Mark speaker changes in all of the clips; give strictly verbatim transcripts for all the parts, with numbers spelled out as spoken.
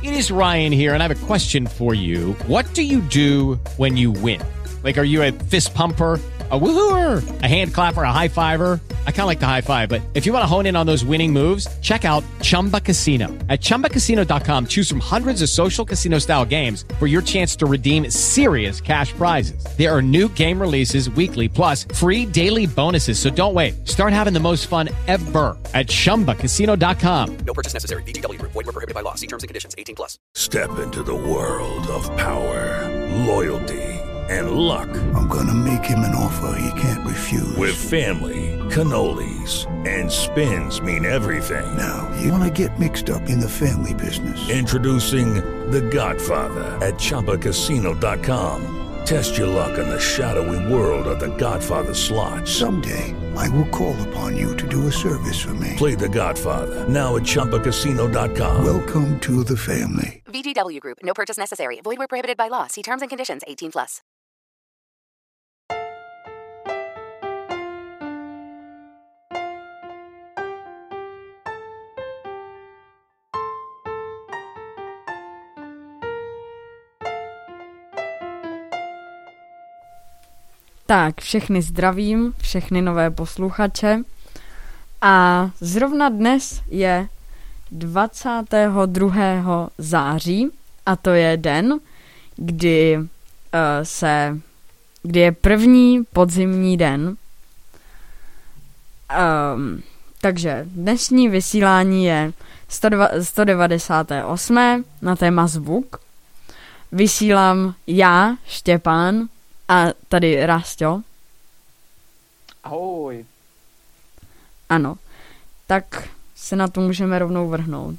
Speaker 1: It is Ryan here, and I have a question for you. What do you do when you win? Like, are you a fist pumper, a woohooer, a hand clapper, a high fiver? I kind of like the high five, but if you want to hone in on those winning moves, check out Chumba Casino. At chumba casino dot com, choose from hundreds of social casino style games for your chance to redeem serious cash prizes. There are new game releases weekly, plus free daily bonuses. So don't wait. Start having the most fun ever at chumba casino dot com.
Speaker 2: No purchase necessary. V G W Group. Void where prohibited by law. See terms and conditions. eighteen plus.
Speaker 3: Step into the world of power, loyalty, and luck.
Speaker 4: I'm gonna make him an offer he can't refuse.
Speaker 3: With family, cannolis, and spins mean everything.
Speaker 4: Now, you wanna get mixed up in the family business.
Speaker 3: Introducing The Godfather at chumba casino dot com. Test your luck in the shadowy world of The Godfather slot.
Speaker 4: Someday, I will call upon you to do a service for me.
Speaker 3: Play The Godfather now at chumba casino dot com.
Speaker 4: Welcome to the family.
Speaker 5: V G W Group. No purchase necessary. Void where prohibited by law. See terms and conditions. eighteen plus.
Speaker 6: Tak, všechny zdravím, všechny nové posluchače a zrovna dnes je dvacátého druhého září a to je den, kdy uh, se, kdy je první podzimní den. Um, takže dnešní vysílání je sto devadesát osm na téma zvuk. Vysílám já, Štěpán, a tady Rásťo.
Speaker 7: Ahoj.
Speaker 6: Ano, tak se na to můžeme rovnou vrhnout.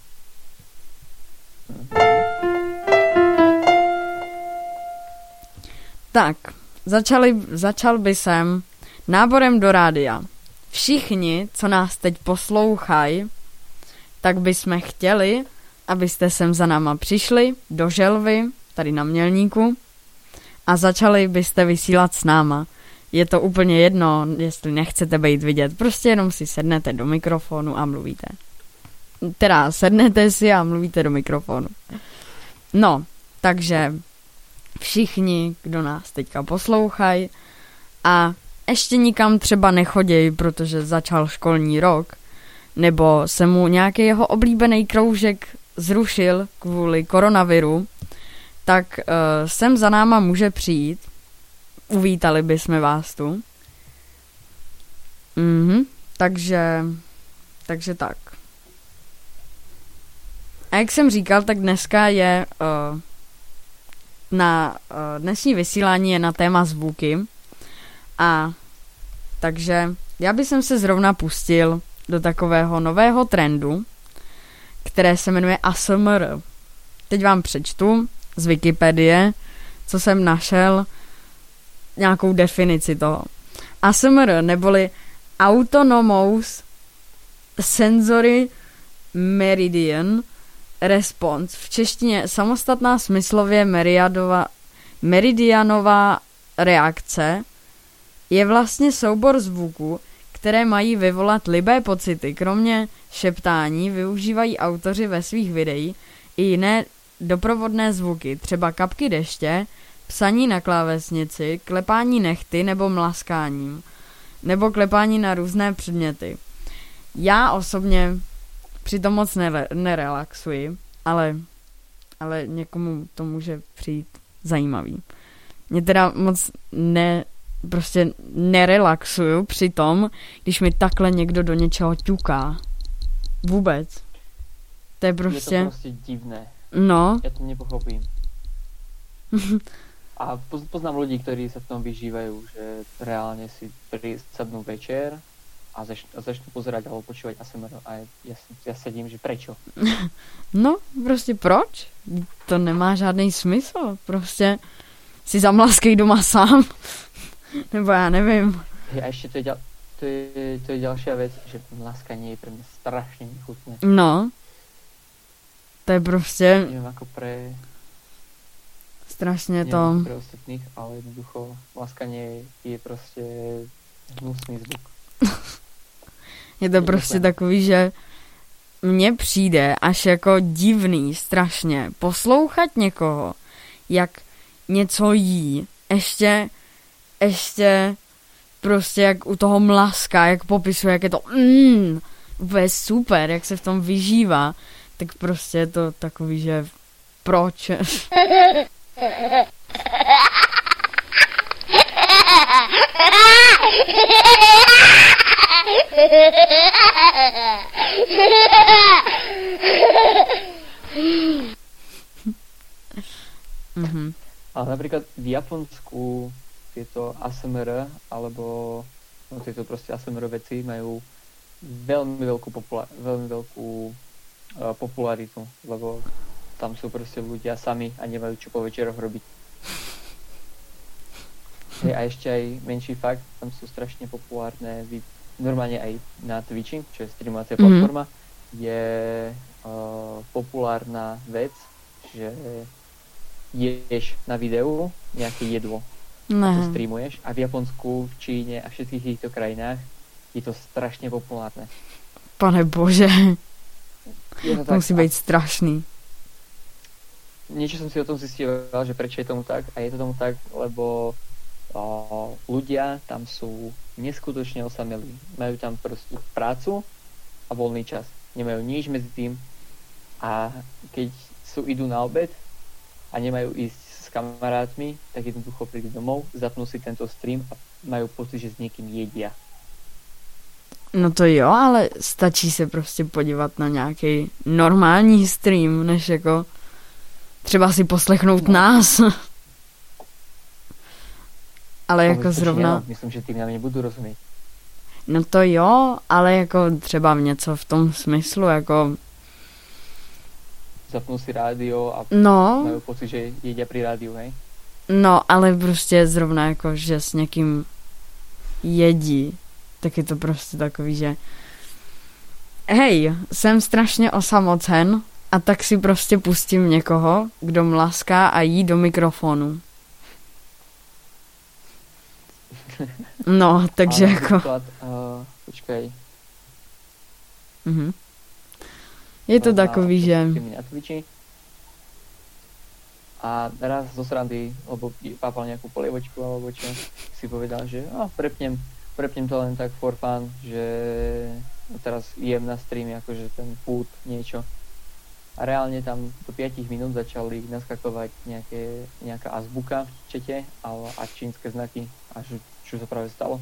Speaker 6: Tak, začali, začal by jsem náborem do rádia. Všichni, co nás teď poslouchají, tak bychom chtěli, abyste sem za náma přišli do Želvy, tady na Mělníku, a začali byste vysílat s náma. Je to úplně jedno, jestli nechcete být vidět. Prostě jenom si sednete do mikrofonu a mluvíte. Teda sednete si a mluvíte do mikrofonu. No, takže všichni, kdo nás teďka poslouchají a ještě nikam třeba nechodějí, protože začal školní rok, nebo se mu nějaký jeho oblíbený kroužek zrušil kvůli koronaviru, tak uh, sem za náma může přijít. Uvítali bychom vás tu. Mhm, takže, takže tak. A jak jsem říkal, tak dneska je uh, na uh, dnešní vysílání je na téma zvuky. A takže já bych se zrovna pustil do takového nového trendu, které se jmenuje A S M R. Teď vám přečtu z Wikipedie, co jsem našel, nějakou definici toho. A S M R neboli Autonomous Sensory Meridian Response, v češtině samostatná smyslově meriadova, meridianová reakce, je vlastně soubor zvuků, které mají vyvolat libé pocity. Kromě šeptání využívají autoři ve svých videích i jiné doprovodné zvuky, třeba kapky deště, psaní na klávesnici, klepání nehty nebo mlaskáním, nebo klepání na různé předměty. Já osobně přitom moc nere- nerelaxuji, ale, ale někomu to může přijít zajímavý. Mě teda moc ne, prostě nerelaxuju při tom, když mi takhle někdo do něčeho ťuká. Vůbec. To je prostě...
Speaker 7: Je to prostě divné.
Speaker 6: No.
Speaker 7: Ja to nepochopím. A poznám ľudí, ktorí sa v tom vyžívajú, že reálne si sadnú večer a, zač- a začnú pozerať alebo počúvať A S M R a ja, ja sedím, že prečo?
Speaker 6: No, prostě proč? To nemá žádný smysl. Prostě si zamlaskej doma sám. Nebo já nevím.
Speaker 7: A ešte to je, ďal- to je, to je ďalšia vec, že mlaskanie je pre mňa strašne nechutné.
Speaker 6: No. To je prostě...
Speaker 7: Neviem ako pre...
Speaker 6: Strašně to...
Speaker 7: Neviem pre ostatných, ale jednoducho mlaskanie je proste hnusný zvuk.
Speaker 6: Je to prostě takový, že mně přijde až jako divný strašně poslouchat někoho, jak něco jí, ještě, ještě prostě jak u toho mlaská, jak popisuje, jak je to mm, úplně super, jak se v tom vyžívá, tak prostě je to takový, že proč?
Speaker 7: mm-hmm. Ale napríklad v Japonsku tieto á es em er alebo no, tieto proste á es em er veci majú veľmi veľkú, popula- veľmi veľkú uh, popularitu, lebo tam sú proste ľudia sami a nemajú čo po večeroch robiť. Hej, a ešte aj menší fakt, tam sú strašne populárne, normálne aj na Twitchi, čo je streamovacia mm-hmm. platforma, je uh, populárna vec, že ješ na videu nejaké jedlo.
Speaker 6: Ne.
Speaker 7: To streamuješ a v Japonsku, v Číne a všetkých týchto krajinách je to strašne populárne.
Speaker 6: Pane bože.
Speaker 7: Je to,
Speaker 6: to musí být strašný.
Speaker 7: Niečo som si o tom zistil, že prečo je tomu tak. A je to tomu tak, lebo o, ľudia tam sú neskutočne osamelí. Majú tam proste prácu a voľný čas. Nemajú nič medzi tým. A keď sú, idú na obed a nemajú ísť s kamarátmi, tak jednoducho prídu domov, zapnú si tento stream a majú pocit, že s niekým jedia.
Speaker 6: No to jo, ale stačí se prostě podívat na nějaký normální stream, než jako třeba si poslechnout no. nás. Ale no, jako zrovna...
Speaker 7: No, myslím, že tým nám nebudu rozumět.
Speaker 6: No to jo, ale jako třeba něco v tom smyslu, jako...
Speaker 7: Zapnú si rádio a
Speaker 6: no.
Speaker 7: majú pocit, že jedia pri rádiu, hej?
Speaker 6: No, ale prostě zrovna jako, že s někým jedí, tak je to prostě takový, že hej, jsem strašně osamocen a tak si prostě pustím někoho, kdo mlaská a jí do mikrofonu. No, takže
Speaker 7: ale
Speaker 6: jako...
Speaker 7: Například, uh, počkej.
Speaker 6: Mhm. Je to
Speaker 7: na,
Speaker 6: takový, že...
Speaker 7: Na Twitchi. A raz zo srandy, lebo pápal nejakú polievočku alebo čo, si povedal, že oh, prepnem, prepnem to len tak for fun, že teraz jem na streame akože ten food, niečo. A reálne tam do päť minút začali naskakovať nejaké, nejaká azbuka v čete a, a čínske znaky. A že, čo sa práve stalo?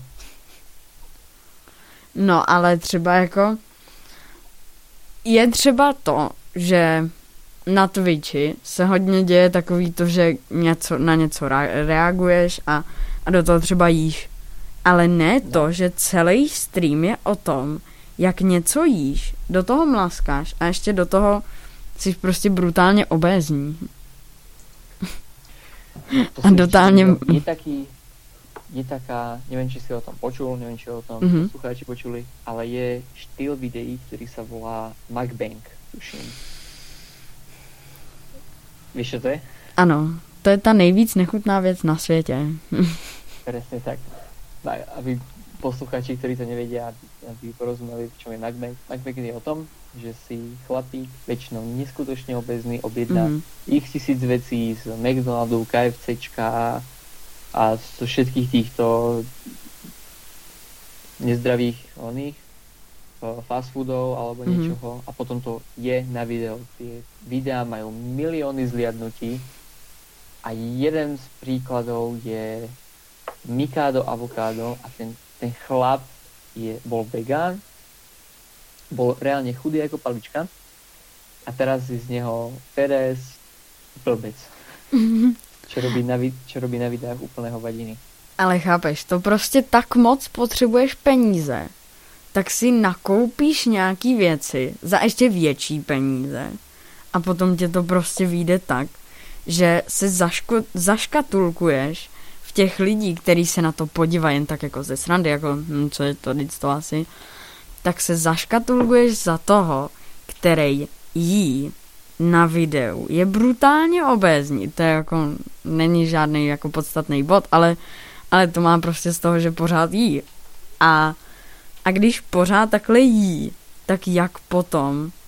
Speaker 6: No, ale třeba jako... Je třeba to, že na Twitchi se hodně děje takový to, že něco, na něco reaguješ a, a do toho třeba jíš. Ale ne to, že celý stream je o tom, jak něco jíš, do toho mlaskáš a ještě do toho jsi prostě brutálně obézní.
Speaker 7: A totálně... Je taký, je taká, neviem, či si o tom počul, neviem, či o tom mm-hmm. poslucháči počuli, ale je štýl videí, ktorý sa volá mukbang, tuším. Víš, čo to je?
Speaker 6: Ano, to je ta nejvíc nechutná věc na světě.
Speaker 7: Presne tak. Aby poslucháči, ktorí to nevedia, aby porozumeli, čo je mukbang. Mukbang je o tom, že si chlapík, väčšinou neskutočne obezný, objedná mm-hmm. ich tisíc vecí z McDonaldu, KFCčka a zo všetkých týchto nezdravých oných fast foodov alebo mm-hmm. niečoho a potom to je na video. Tie videá majú milióny zliadnutí a jeden z príkladov je Mikado avokádo a ten, ten chlap je, bol vegán, bol reálne chudý ako palička a teraz je z neho Pérez blbec. Čo robí, na, čo robí na videách úplné hovadiny.
Speaker 6: Ale chápeš, to prostě tak moc potřebuješ peníze, tak si nakoupíš nějaký věci za ještě větší peníze a potom tě to prostě vyjde tak, že se zaško, zaškatulkuješ v těch lidí, kteří se na to podívají jen tak jako ze srandy, jako hm, co je to, to asi, tak se zaškatulkuješ za toho, který jí na videu je brutálně obézní. To je jako, není žádný jako podstatný bod, ale, ale to má prostě z toho, že pořád jí. A, a když pořád takhle jí, tak jak potom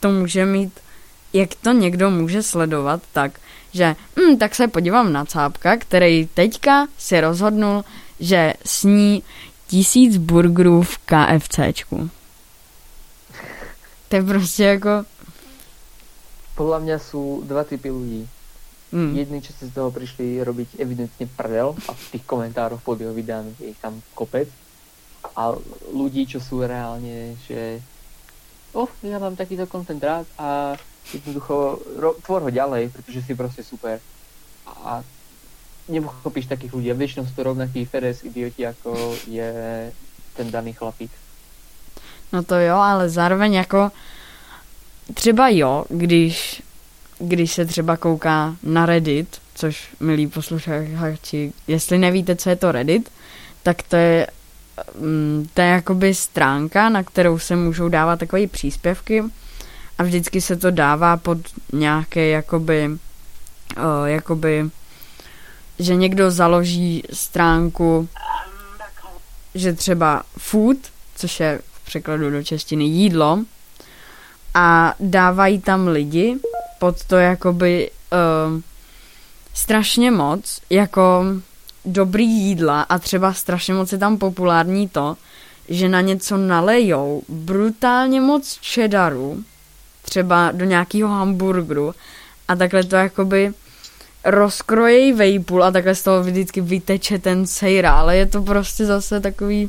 Speaker 6: to může mít, jak to někdo může sledovat tak, že hm, tak se podívám na Cápka, který teďka si rozhodnul, že sní tisíc burgerů v KFCčku. To je prostě jako...
Speaker 7: Podľa mňa sú dva typy ľudí. Mm. Jedni, čo si z toho prišli robiť evidentne prdel a v tých komentároch pod jeho videami je ich tam kopec. A ľudí, čo sú reálne, že oh, ja mám takýto content rád a jednoducho ro- tvor ho ďalej, pretože si proste super. A nepochopíš takých ľudí. A väčšinou sú to rovnakí fedes idioti, ako je ten daný chlapík.
Speaker 6: No to jo, ale zároveň jako třeba jo, když, když se třeba kouká na Reddit, což milí posluchači, jestli nevíte, co je to Reddit, tak to je to je jakoby stránka, na kterou se můžou dávat takové příspěvky a vždycky se to dává pod nějaké jakoby o, jakoby že někdo založí stránku, že třeba food, což je v překladu do češtiny jídlo, a dávají tam lidi pod to jakoby uh, strašně moc jako dobrý jídla a třeba strašně moc je tam populární to, že na něco nalejou brutálně moc cheddaru, třeba do nějakého hamburgeru a takhle to jakoby rozkrojejí vejpůl a takhle z toho vždycky vyteče ten sejra, ale je to prostě zase takový...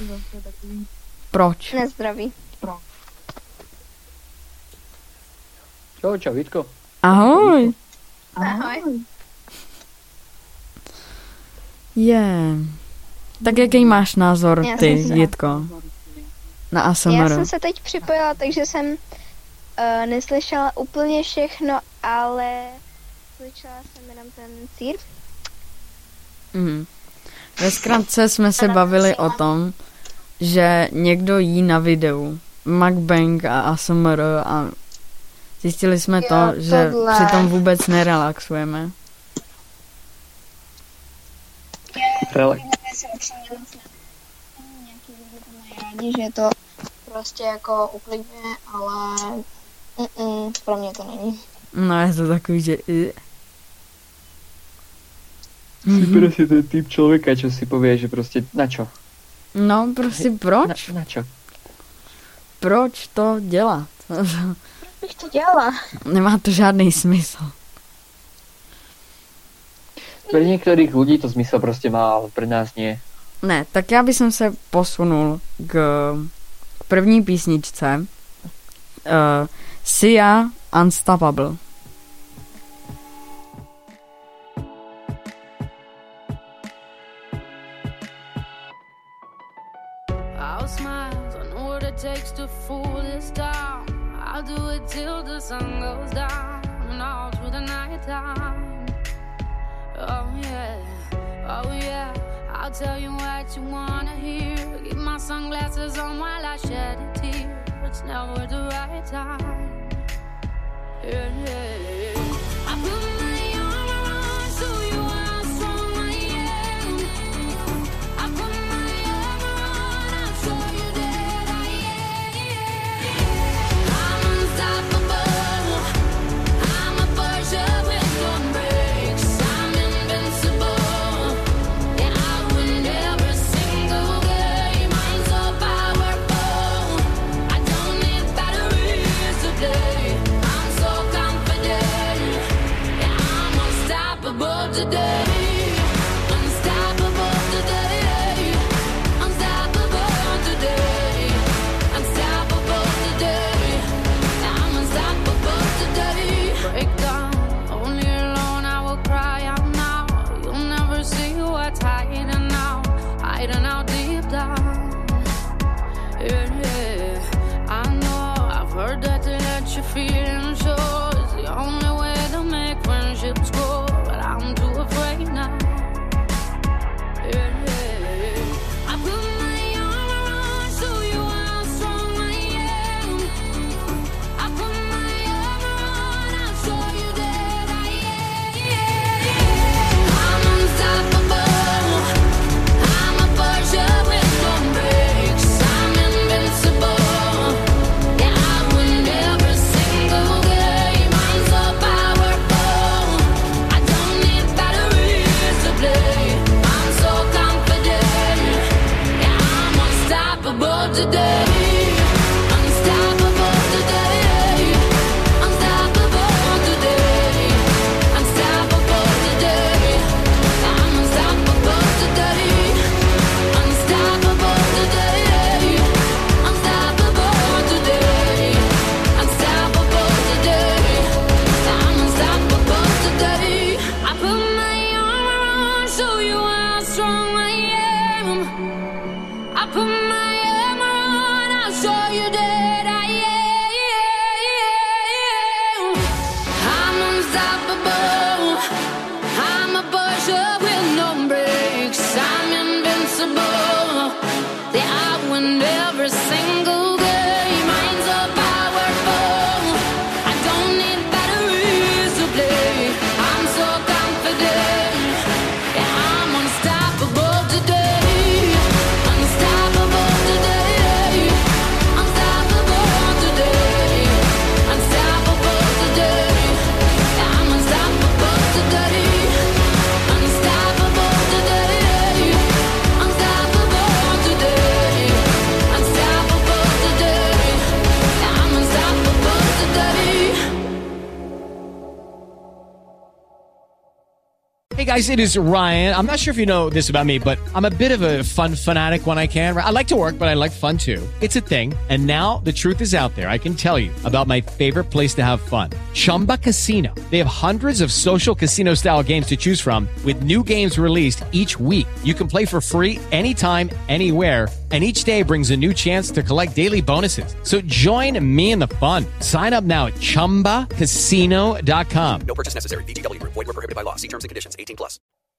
Speaker 6: Proč?
Speaker 8: Nezdraví.
Speaker 7: Čau, čau, Vítko.
Speaker 6: Ahoj.
Speaker 8: Ahoj.
Speaker 6: Je. Yeah. Tak jaký máš názor ty, Jitko? Na A S M R?
Speaker 8: Já jsem se teď připojila, takže jsem uh, neslyšela úplně všechno, ale slyšela jsem jenom ten cír.
Speaker 6: Mm. Ve zkratce jsme se bavili o tom, že někdo jí na videu mukbang a A S M R a zjistili jsme jo, to, že tohle. Přitom vůbec nerelaxujeme.
Speaker 8: Relax. Si upřímně moc nějaký lidi to mají rádi, že to prostě jako uklidňuje, ale mm, pro mě to není.
Speaker 6: No je to takový, že...
Speaker 7: Si prostě ten typ člověka, čo si povie, že prostě na čo?
Speaker 6: No prostě proč?
Speaker 7: Na, na čo?
Speaker 6: Proč to dělat?
Speaker 8: Proč bych to dělala?
Speaker 6: Nemá to žádný smysl.
Speaker 7: Pre niektorých ľudí to zmysel proste má, ale pre nás nie.
Speaker 6: Ne, tak já bych se posunul k, k první písničce. Uh, Sia Unstoppable.
Speaker 9: I'll smile, I know what it takes to fool this town. I'll do it till the sun goes down and all through the night time. Oh yeah, oh yeah, I'll tell you what you wanna hear. Keep my sunglasses on while I shed a tear. It's never the right time. Yeah, yeah, yeah. I put my armor on so you how strong I am. I put my armor on, I'll show you that I am. I'm unstoppable. I'm a Porsche with no brakes. I'm invincible. Yeah, I win every single game. I'm so powerful. I don't need batteries today. I'm so confident. Yeah, I'm unstoppable today. Unstoppable today. Unstoppable today. Unstoppable today. I'm unstoppable today. Break down, only alone I will cry out now. You'll never see what's hiding out, hiding out deep down. Yeah, yeah. I know, I've heard that to let you feel and show is the only way to make friendships grow, but I'm too afraid pressure with no brakes. I'm invincible. Yeah, I win every single game. I'm so powerful. I don't need batteries to play. I'm so confident. Yeah, I'm unstoppable today. Unstoppable today. Unstoppable today. Unstoppable today. Yeah, I'm unstoppable today. Unstoppable today. Unstoppable today. Unstoppable today. Yeah, I'm unstoppable today.
Speaker 1: Hey guys, it is Ryan. I'm not sure if you know this about me, but I'm a bit of a fun fanatic when I can. I like to work, but I like fun too. It's a thing. And now the truth is out there. I can tell you about my favorite place to have fun. Chumba Casino. They have hundreds of social casino style games to choose from with new games released each week. You can play for free anytime, anywhere. And each day brings a new chance to collect daily bonuses. So join me in the fun. Sign up now at chumba casino dot com.
Speaker 2: No purchase necessary. V G W Group. Void where prohibited by law. See terms and conditions. eighteen plus.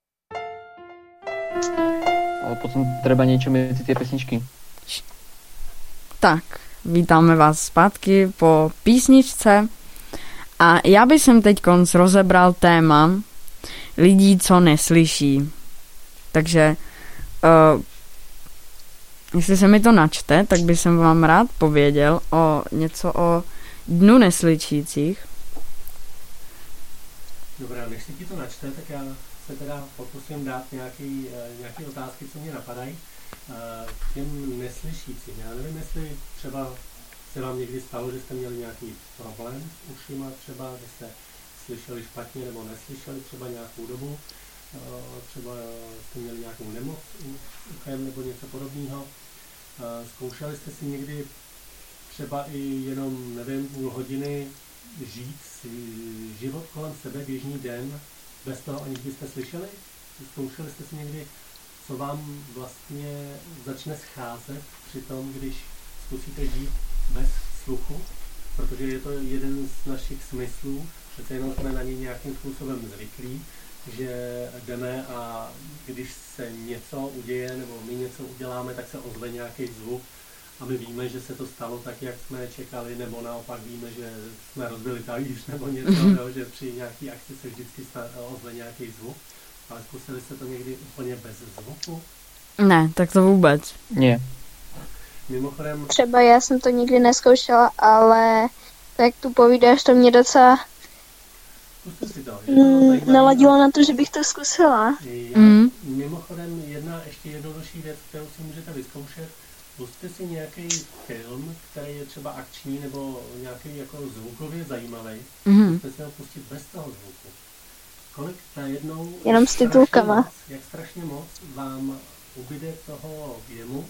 Speaker 7: Ale potom treba niečo medzi tie pesničky.
Speaker 6: Tak, vítáme vás zpátky po písničce a já bych sem teď konc rozebral téma lidí, co neslyší. Takže uh, jestli se mi to načte, tak bych jsem vám rád pověděl o něco o dnu neslyšících.
Speaker 10: Dobrá, než si ti to načte, tak já se teda pokusím dát nějaký, nějaký otázky, co mě napadají. K těm neslyšícím. Já nevím, jestli třeba se vám někdy stalo, že jste měli nějaký problém s ušima, třeba, že jste slyšeli špatně nebo neslyšeli třeba nějakou dobu, třeba jste měli nějakou nemoc uchem nebo něco podobného. Zkoušeli jste si někdy třeba i jenom, nevím, půl hodiny žít život kolem sebe, běžný den, bez toho, aniž byste slyšeli? Zkoušeli jste si někdy, co vám vlastně začne scházet při tom, když zkusíte žít bez sluchu? Protože je to jeden z našich smyslů, přece jenom jsme na něj nějakým způsobem zvyklí, že jdeme a když se něco uděje nebo my něco uděláme, tak se ozve nějaký zvuk a my víme, že se to stalo tak, jak jsme čekali, nebo naopak víme, že jsme rozbili talíř nebo něco, mm-hmm. jo, že při nějaký akci se vždycky ozve nějaký zvuk. Ale zkusili jste to někdy úplně bez zvuku?
Speaker 6: Ne, tak to vůbec.
Speaker 7: Nie.
Speaker 10: Mimochodem...
Speaker 8: Třeba já jsem to nikdy neskoušela, ale tak tu povídáš, to mě docela
Speaker 10: si to.
Speaker 8: Mm, naladilo na to, že bych to zkusila.
Speaker 10: Já, mm. Mimochodem jedna ještě jednodušší věc, kterou si můžete vyzkoušet. Pusťte si nějaký film, který je třeba akční nebo nějaký jako zvukově zajímavý. Mm. Můžete si ho pustit bez toho zvuku. Kolik najednou...
Speaker 8: Jenom s titulkama.
Speaker 10: Moc, jak strašně moc vám ubyde toho věmu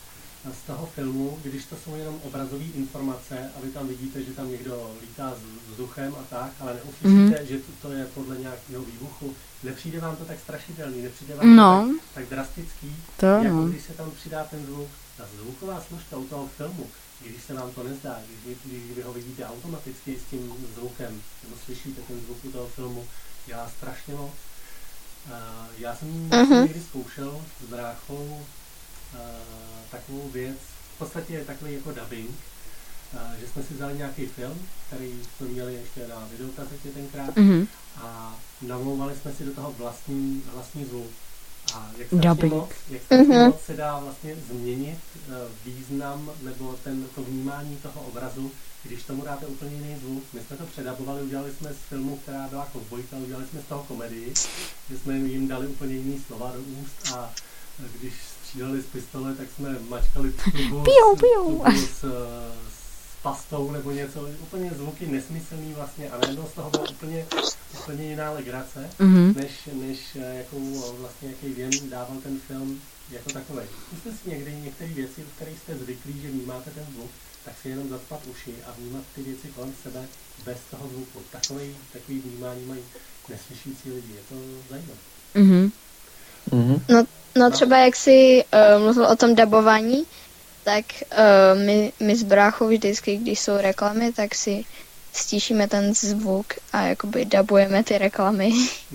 Speaker 10: z toho filmu, když to jsou jenom obrazové informace a vy tam vidíte, že tam někdo lítá s vzduchem a tak, ale neuslyšíte, mm. že to, to je podle nějakého výbuchu. Nepřijde vám to tak strašidelný, nepřijde vám
Speaker 6: no.
Speaker 10: to tak, tak drastický,
Speaker 6: to,
Speaker 10: jako
Speaker 6: no.
Speaker 10: když se tam přidá ten zvuk. Ta zvuková složka u toho filmu, když se vám to nezdá, když, když vy ho vidíte automaticky s tím zvukem, nebo slyšíte ten zvuk u toho filmu, dělá strašně moc. Uh, já jsem uh-huh. někdy zkoušel s bráchou uh, takovou věc, v podstatě je takový jako dubbing, uh, že jsme si vzali nějaký film, který jsme měli ještě na videokazetě tenkrát uh-huh. a namlouvali jsme si do toho vlastní, vlastní zvuk. A jak strašně, moc, jak strašně uh-huh. moc se dá vlastně změnit uh, význam nebo ten, to vnímání toho obrazu, když tomu dáte úplně jiný zvuk. My jsme to předabovali, udělali jsme z filmu, která byla kovbojka, udělali jsme z toho komedii, že jsme jim dali úplně jiný slova do úst a když střídali z pistole, tak jsme mačkali tubu s, s, s pastou nebo něco, úplně zvuky nesmyslný vlastně a najednou z toho byla úplně, úplně jiná legrace, mm-hmm. než, než jakou vlastně jaký věm dával ten film jako takovej. Zkuste si někdy některé věci, v kterých jste zvyklí, že vnímáte ten zvuk, tak si jenom zacpat uši a vnímat ty věci kolem sebe bez toho zvuku. Takový, takový vnímání mají neslyšící lidi. Je to zajímavé.
Speaker 6: Mm-hmm.
Speaker 8: Mm-hmm. No, no třeba jak jsi uh, mluvil o tom dabování, tak uh, my, my s bráchou vždycky, když jsou reklamy, tak si stíšíme ten zvuk a jakoby dabujeme ty reklamy.
Speaker 10: Hmm.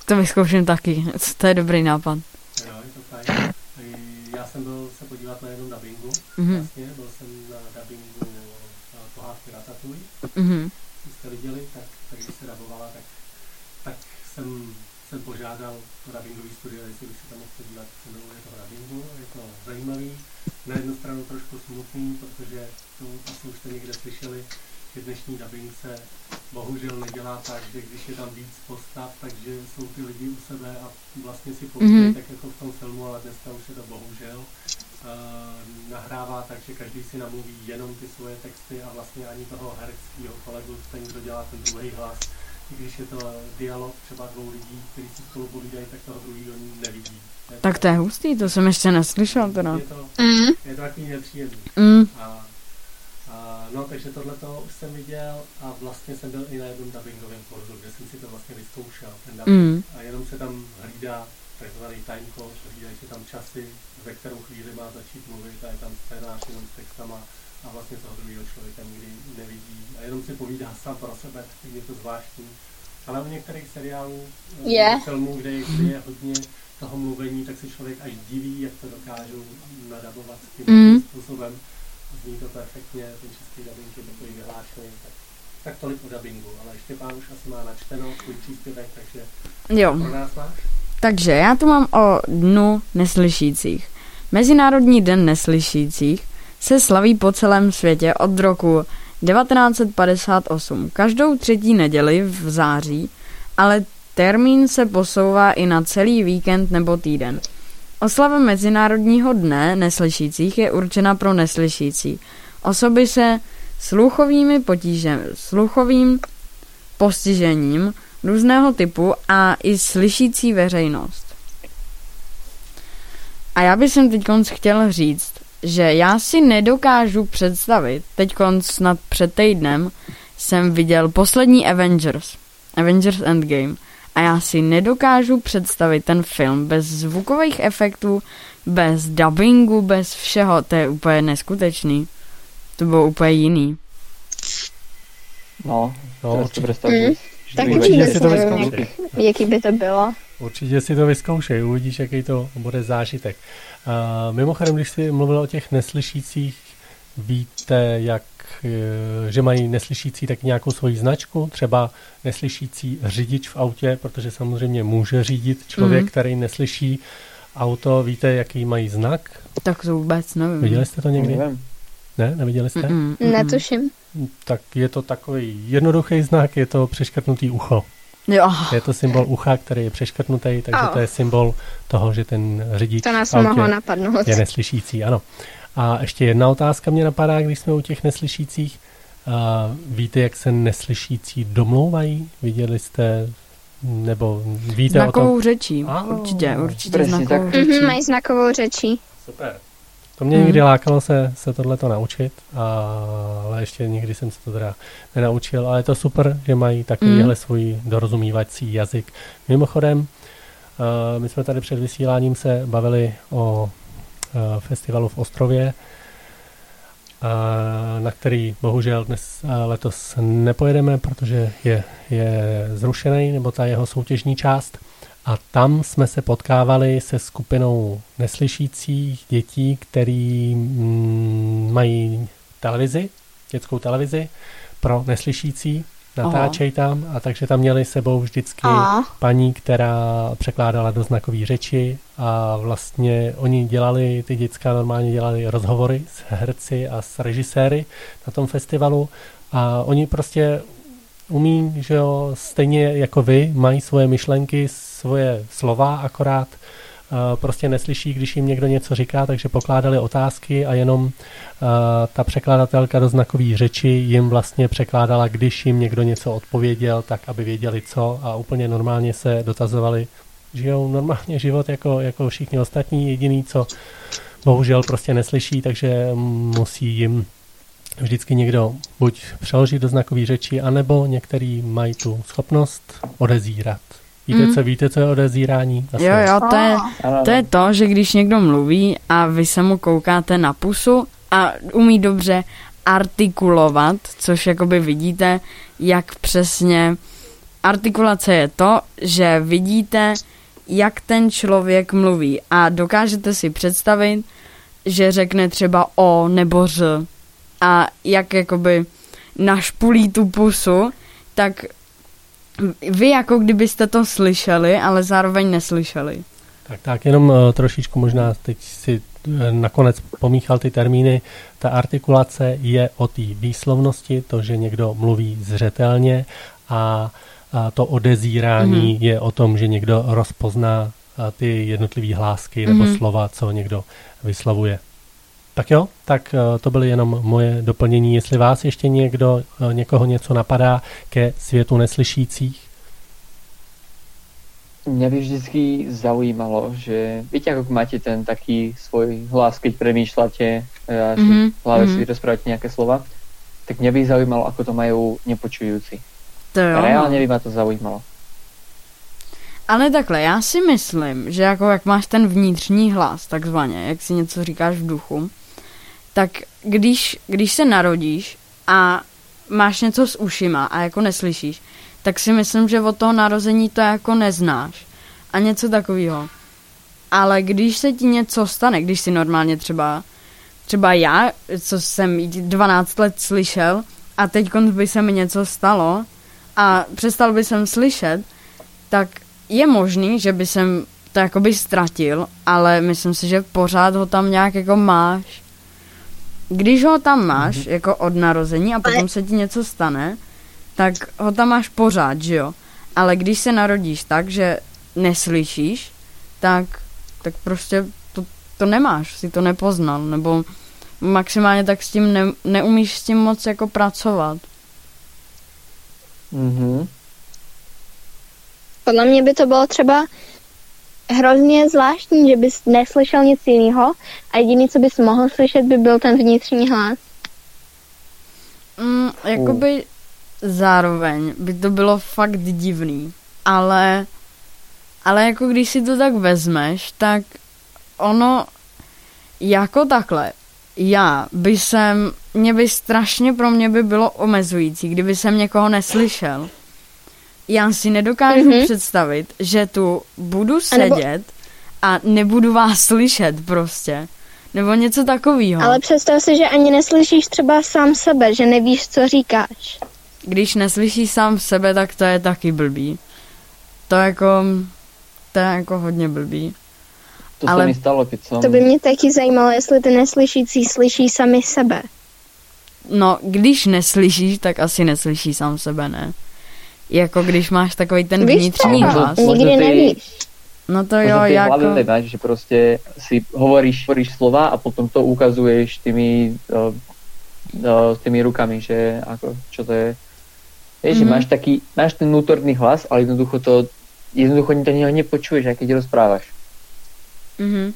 Speaker 6: To vyzkouším taky, to je dobrý nápad.
Speaker 10: Jo, je to fajn. Já jsem byl se podívat na jednom dabingu,
Speaker 6: mm-hmm.
Speaker 10: vlastně, byl jsem na dabingu Pohádky Ratatouille.
Speaker 6: Mm-hmm.
Speaker 10: Když jste viděli, tak, tak když se dabovala, tak, tak jsem, jsem požádal to dabingový studio, jestli bych se tam mohl podívat, co bylo toho dabingu. Je to zajímavý, na jednu stranu trošku smutný, protože to asi už jste někde slyšeli, že dnešní dabing se bohužel nedělá tak, že když je tam víc postav, takže jsou ty lidi u sebe a vlastně si povídají mm-hmm. tak jako v tom filmu, ale dneska už je to bohužel uh, nahrává tak, že každý si namluví jenom ty svoje texty a vlastně ani toho hereckého kolegu, ten, kdo dělá ten druhý hlas, i když je to dialog třeba dvou lidí, kteří si spolu povídají, tak toho druhýho nevidí. Je
Speaker 6: tak to je hustý, to jsem ještě neslyšel teda.
Speaker 10: Je to, mm. je to takový nepříjemný.
Speaker 6: Mm.
Speaker 10: A, a, no, takže tohleto už jsem viděl a vlastně jsem byl i na jednom dabingovém kurzu, kde jsem si to vlastně vyzkoušel, ten dubbing. Mm. A jenom se tam hlídá takzvaný timecode, hlídají se tam časy, ve kterou chvíli má začít mluvit a je tam scénář jenom s textama a vlastně toho druhého člověka nikdy nevidí a jenom si povídá sám pro sebe, tak je to zvláštní. Ale u některých seriálů,
Speaker 8: yeah.
Speaker 10: filmů, kde je hodně toho mluvení, tak se člověk až diví, jak to dokážou nadabovat tím mm. způsobem. Zní to perfektně, ten český dabing je takový vyhlášený, tak, tak tolik o dabingu. Ale Štěpán už asi má načteno svůj příspěvek, takže
Speaker 6: jo.
Speaker 10: Pro nás máš?
Speaker 6: Takže já tu mám o dnu neslyšících. Mezinárodní den neslyšících se slaví po celém světě od roku devatenáct set padesát osm. Každou třetí neděli v září, ale termín se posouvá i na celý víkend nebo týden. Oslava Mezinárodního dne neslyšících je určena pro neslyšící. Osoby se sluchovými potížemi, sluchovým postižením různého typu a i slyšící veřejnost. A já bych sem teďkonc chtěl říct, že já si nedokážu představit, teďkonc snad před týdnem jsem viděl poslední Avengers, Avengers Endgame, a já si nedokážu představit ten film bez zvukových efektů, bez dubbingu, bez všeho, to je úplně neskutečný. To bylo úplně jiný.
Speaker 7: No,
Speaker 10: no
Speaker 7: to představuji.
Speaker 8: Mm. Tak určitě si to vyzkoušej. Jaký by to bylo?
Speaker 10: Určitě si to vyzkoušej, uvidíš, jaký to bude zážitek. Uh, mimochodem, když jsi mluvil o těch neslyšících, víte, jak, že mají neslyšící tak nějakou svoji značku, třeba neslyšící řidič v autě, protože samozřejmě může řídit člověk, mm. který neslyší auto. Víte, jaký mají znak?
Speaker 6: Tak to vůbec nevím.
Speaker 10: Viděli jste to někdy?
Speaker 7: Nevím.
Speaker 10: Ne, neviděli jste?
Speaker 8: Mm-mm. Netuším.
Speaker 10: Tak je to takový jednoduchý znak, je to přeškrtnutý ucho.
Speaker 6: Jo.
Speaker 10: Je to symbol ucha, který je přeškrtnutý, takže
Speaker 8: oh.
Speaker 10: to je symbol toho, že ten řidič
Speaker 8: to nás
Speaker 10: v autě
Speaker 8: mohlo napadnout.
Speaker 10: Je neslyšící, ano. A ještě jedna otázka mě napadá, když jsme u těch neslyšících. Uh, víte, jak se neslyšící domlouvají? Viděli jste, nebo víte
Speaker 6: znakovou
Speaker 10: o tom?
Speaker 6: řečí,
Speaker 10: oh.
Speaker 6: určitě, určitě
Speaker 7: Presně
Speaker 6: znakovou
Speaker 7: tak.
Speaker 6: řečí.
Speaker 8: Mm-hmm, mají znakovou řečí.
Speaker 10: Super. To mě hmm. někdy lákalo se, se tohleto naučit, a, ale ještě nikdy jsem se to teda nenaučil, ale je to super, že mají takovýhle hmm. svůj dorozumívací jazyk. Mimochodem, uh, my jsme tady před vysíláním se bavili o uh, festivalu v Ostrově, uh, na který bohužel dnes uh, letos nepojedeme, protože je, je zrušený, nebo ta jeho soutěžní část. A tam jsme se potkávali se skupinou neslyšících dětí, který mm, mají televizi, dětskou televizi pro neslyšící, natáčejí tam, a takže tam měli sebou vždycky Aha. paní, která překládala do znakové řeči, a vlastně oni dělali, ty děcka normálně dělali rozhovory s herci a s režiséry na tom festivalu, a oni prostě umí, že jo, stejně jako vy, mají svoje myšlenky, svoje slova, akorát uh, prostě neslyší, když jim někdo něco říká, takže pokládali otázky a jenom uh, ta překladatelka do znakové řeči jim vlastně překládala, když jim někdo něco odpověděl, tak aby věděli co, a úplně normálně se dotazovali, žijou normálně život jako, jako všichni ostatní, jediný, co bohužel prostě neslyší, takže musí jim vždycky někdo buď přeložit do znakové řeči, anebo některý mají tu schopnost odezírat. Víte, mm. co, víte, co je odezírání?
Speaker 6: Asi. Jo, jo, to je, to je to, že když někdo mluví a vy se mu koukáte na pusu a umí dobře artikulovat, což jakoby vidíte, jak přesně artikulace je to, že vidíte, jak ten člověk mluví a dokážete si představit, že řekne třeba o nebo ř a jak jakoby našpulí tu pusu, tak vy jako kdybyste to slyšeli, ale zároveň neslyšeli.
Speaker 10: Tak, tak, jenom uh, trošičku možná teď si uh, nakonec pomíchal ty termíny. Ta artikulace je o té výslovnosti, to, že někdo mluví zřetelně a, a to odezírání mm-hmm. je o tom, že někdo rozpozná uh, ty jednotlivé hlásky nebo mm-hmm. slova, co někdo vyslovuje. Tak jo, tak uh, to byly jenom moje doplnění. Jestli vás ještě někdo, uh, někoho něco napadá ke světu neslyšících?
Speaker 7: Mňa by vždycky zaujímalo, že viete, ako máte ten taký svoj hlas, keď premýšľate a mm-hmm. v hlave mm-hmm. si rozprávate nejaké slova, tak mňa by zaujímalo, ako to majú nepočujúci.
Speaker 6: To jo.
Speaker 7: Reálne by ma to zaujímalo.
Speaker 6: Ale takhle, já si myslím, že jako jak máš ten vnitřní hlas, takzvaně, jak si něco říkáš v duchu, tak když, když se narodíš a máš něco s ušima a jako neslyšíš, tak si myslím, že od toho narození to jako neznáš. A něco takového. Ale když se ti něco stane, když si normálně třeba, třeba já, co jsem dvanáct let slyšel a teď by se mi něco stalo a přestal by jsem slyšet, tak je možný, že by jsem to jakoby ztratil, ale myslím si, že pořád ho tam nějak jako máš. Když ho tam máš, mm-hmm. jako od narození a potom se ti něco stane, tak ho tam máš pořád, že jo? Ale když se narodíš tak, že neslyšíš, tak, tak prostě to, to nemáš, si to nepoznal, nebo maximálně tak s tím ne, neumíš s tím moc jako pracovat.
Speaker 7: Mhm.
Speaker 8: Podle mě by to bylo třeba hrozně zvláštní, že bys neslyšel nic jiného a jediný, co bys mohl slyšet, by byl ten vnitřní hlas.
Speaker 6: Mm, jakoby zároveň by to bylo fakt divný, ale, ale jako když si to tak vezmeš, tak ono jako takhle, já by jsem, mě by strašně pro mě by bylo omezující, kdyby jsem někoho neslyšel. Já si nedokážu mm-hmm. představit, že tu budu sedět a nebudu vás slyšet prostě. Nebo něco takového.
Speaker 8: Ale představ si, že ani neslyšíš třeba sám sebe, že nevíš, co říkáš.
Speaker 6: Když neslyšíš sám sebe, tak to je taky blbý. To jako, to je jako hodně blbý.
Speaker 7: To ale se mi stalo, keď som...
Speaker 8: To by mě taky zajímalo, jestli ty neslyšící slyší sami sebe.
Speaker 6: No, když neslyšíš, tak asi neslyší sám sebe, ne? Jako když máš takový ten
Speaker 8: víš
Speaker 6: vnitřní hlas.
Speaker 8: Nikdy nevíš.
Speaker 6: No to jo, jako...
Speaker 7: Hlavě máš, že prostě si hovoríš, hovoríš slova a potom to ukazuješ tými, uh, uh, tými rukami, že ako, čo to je. Vieš, mm-hmm. že máš taký, máš ten vnútorný hlas, ale jednoducho to, jednoducho to nepočuješ, aj keď rozprávaš.
Speaker 6: Mhm.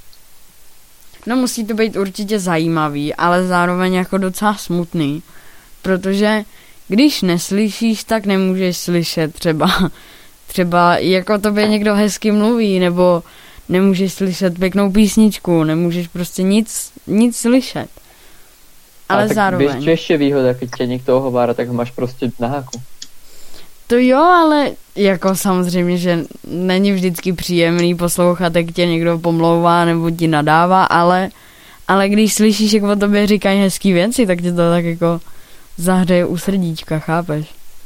Speaker 6: No musí to být určitě zajímavý, ale zároveň jako docela smutný, protože když neslyšíš, tak nemůžeš slyšet třeba, třeba jako tobě někdo hezky mluví, nebo nemůžeš slyšet pěknou písničku, nemůžeš prostě nic, nic slyšet. Ale, ale zároveň...
Speaker 7: Víš, čo ještě výhoda, keď tě někdo ohovára, tak ho máš prostě na háku.
Speaker 6: To jo, ale jako samozřejmě, že není vždycky příjemný poslouchat, jak tě někdo pomlouvá nebo ti nadává, ale, ale když slyšíš, jak o tobě říkají hezký věci, tak tě to tak jako zahřeje u srdíčka, chápeš?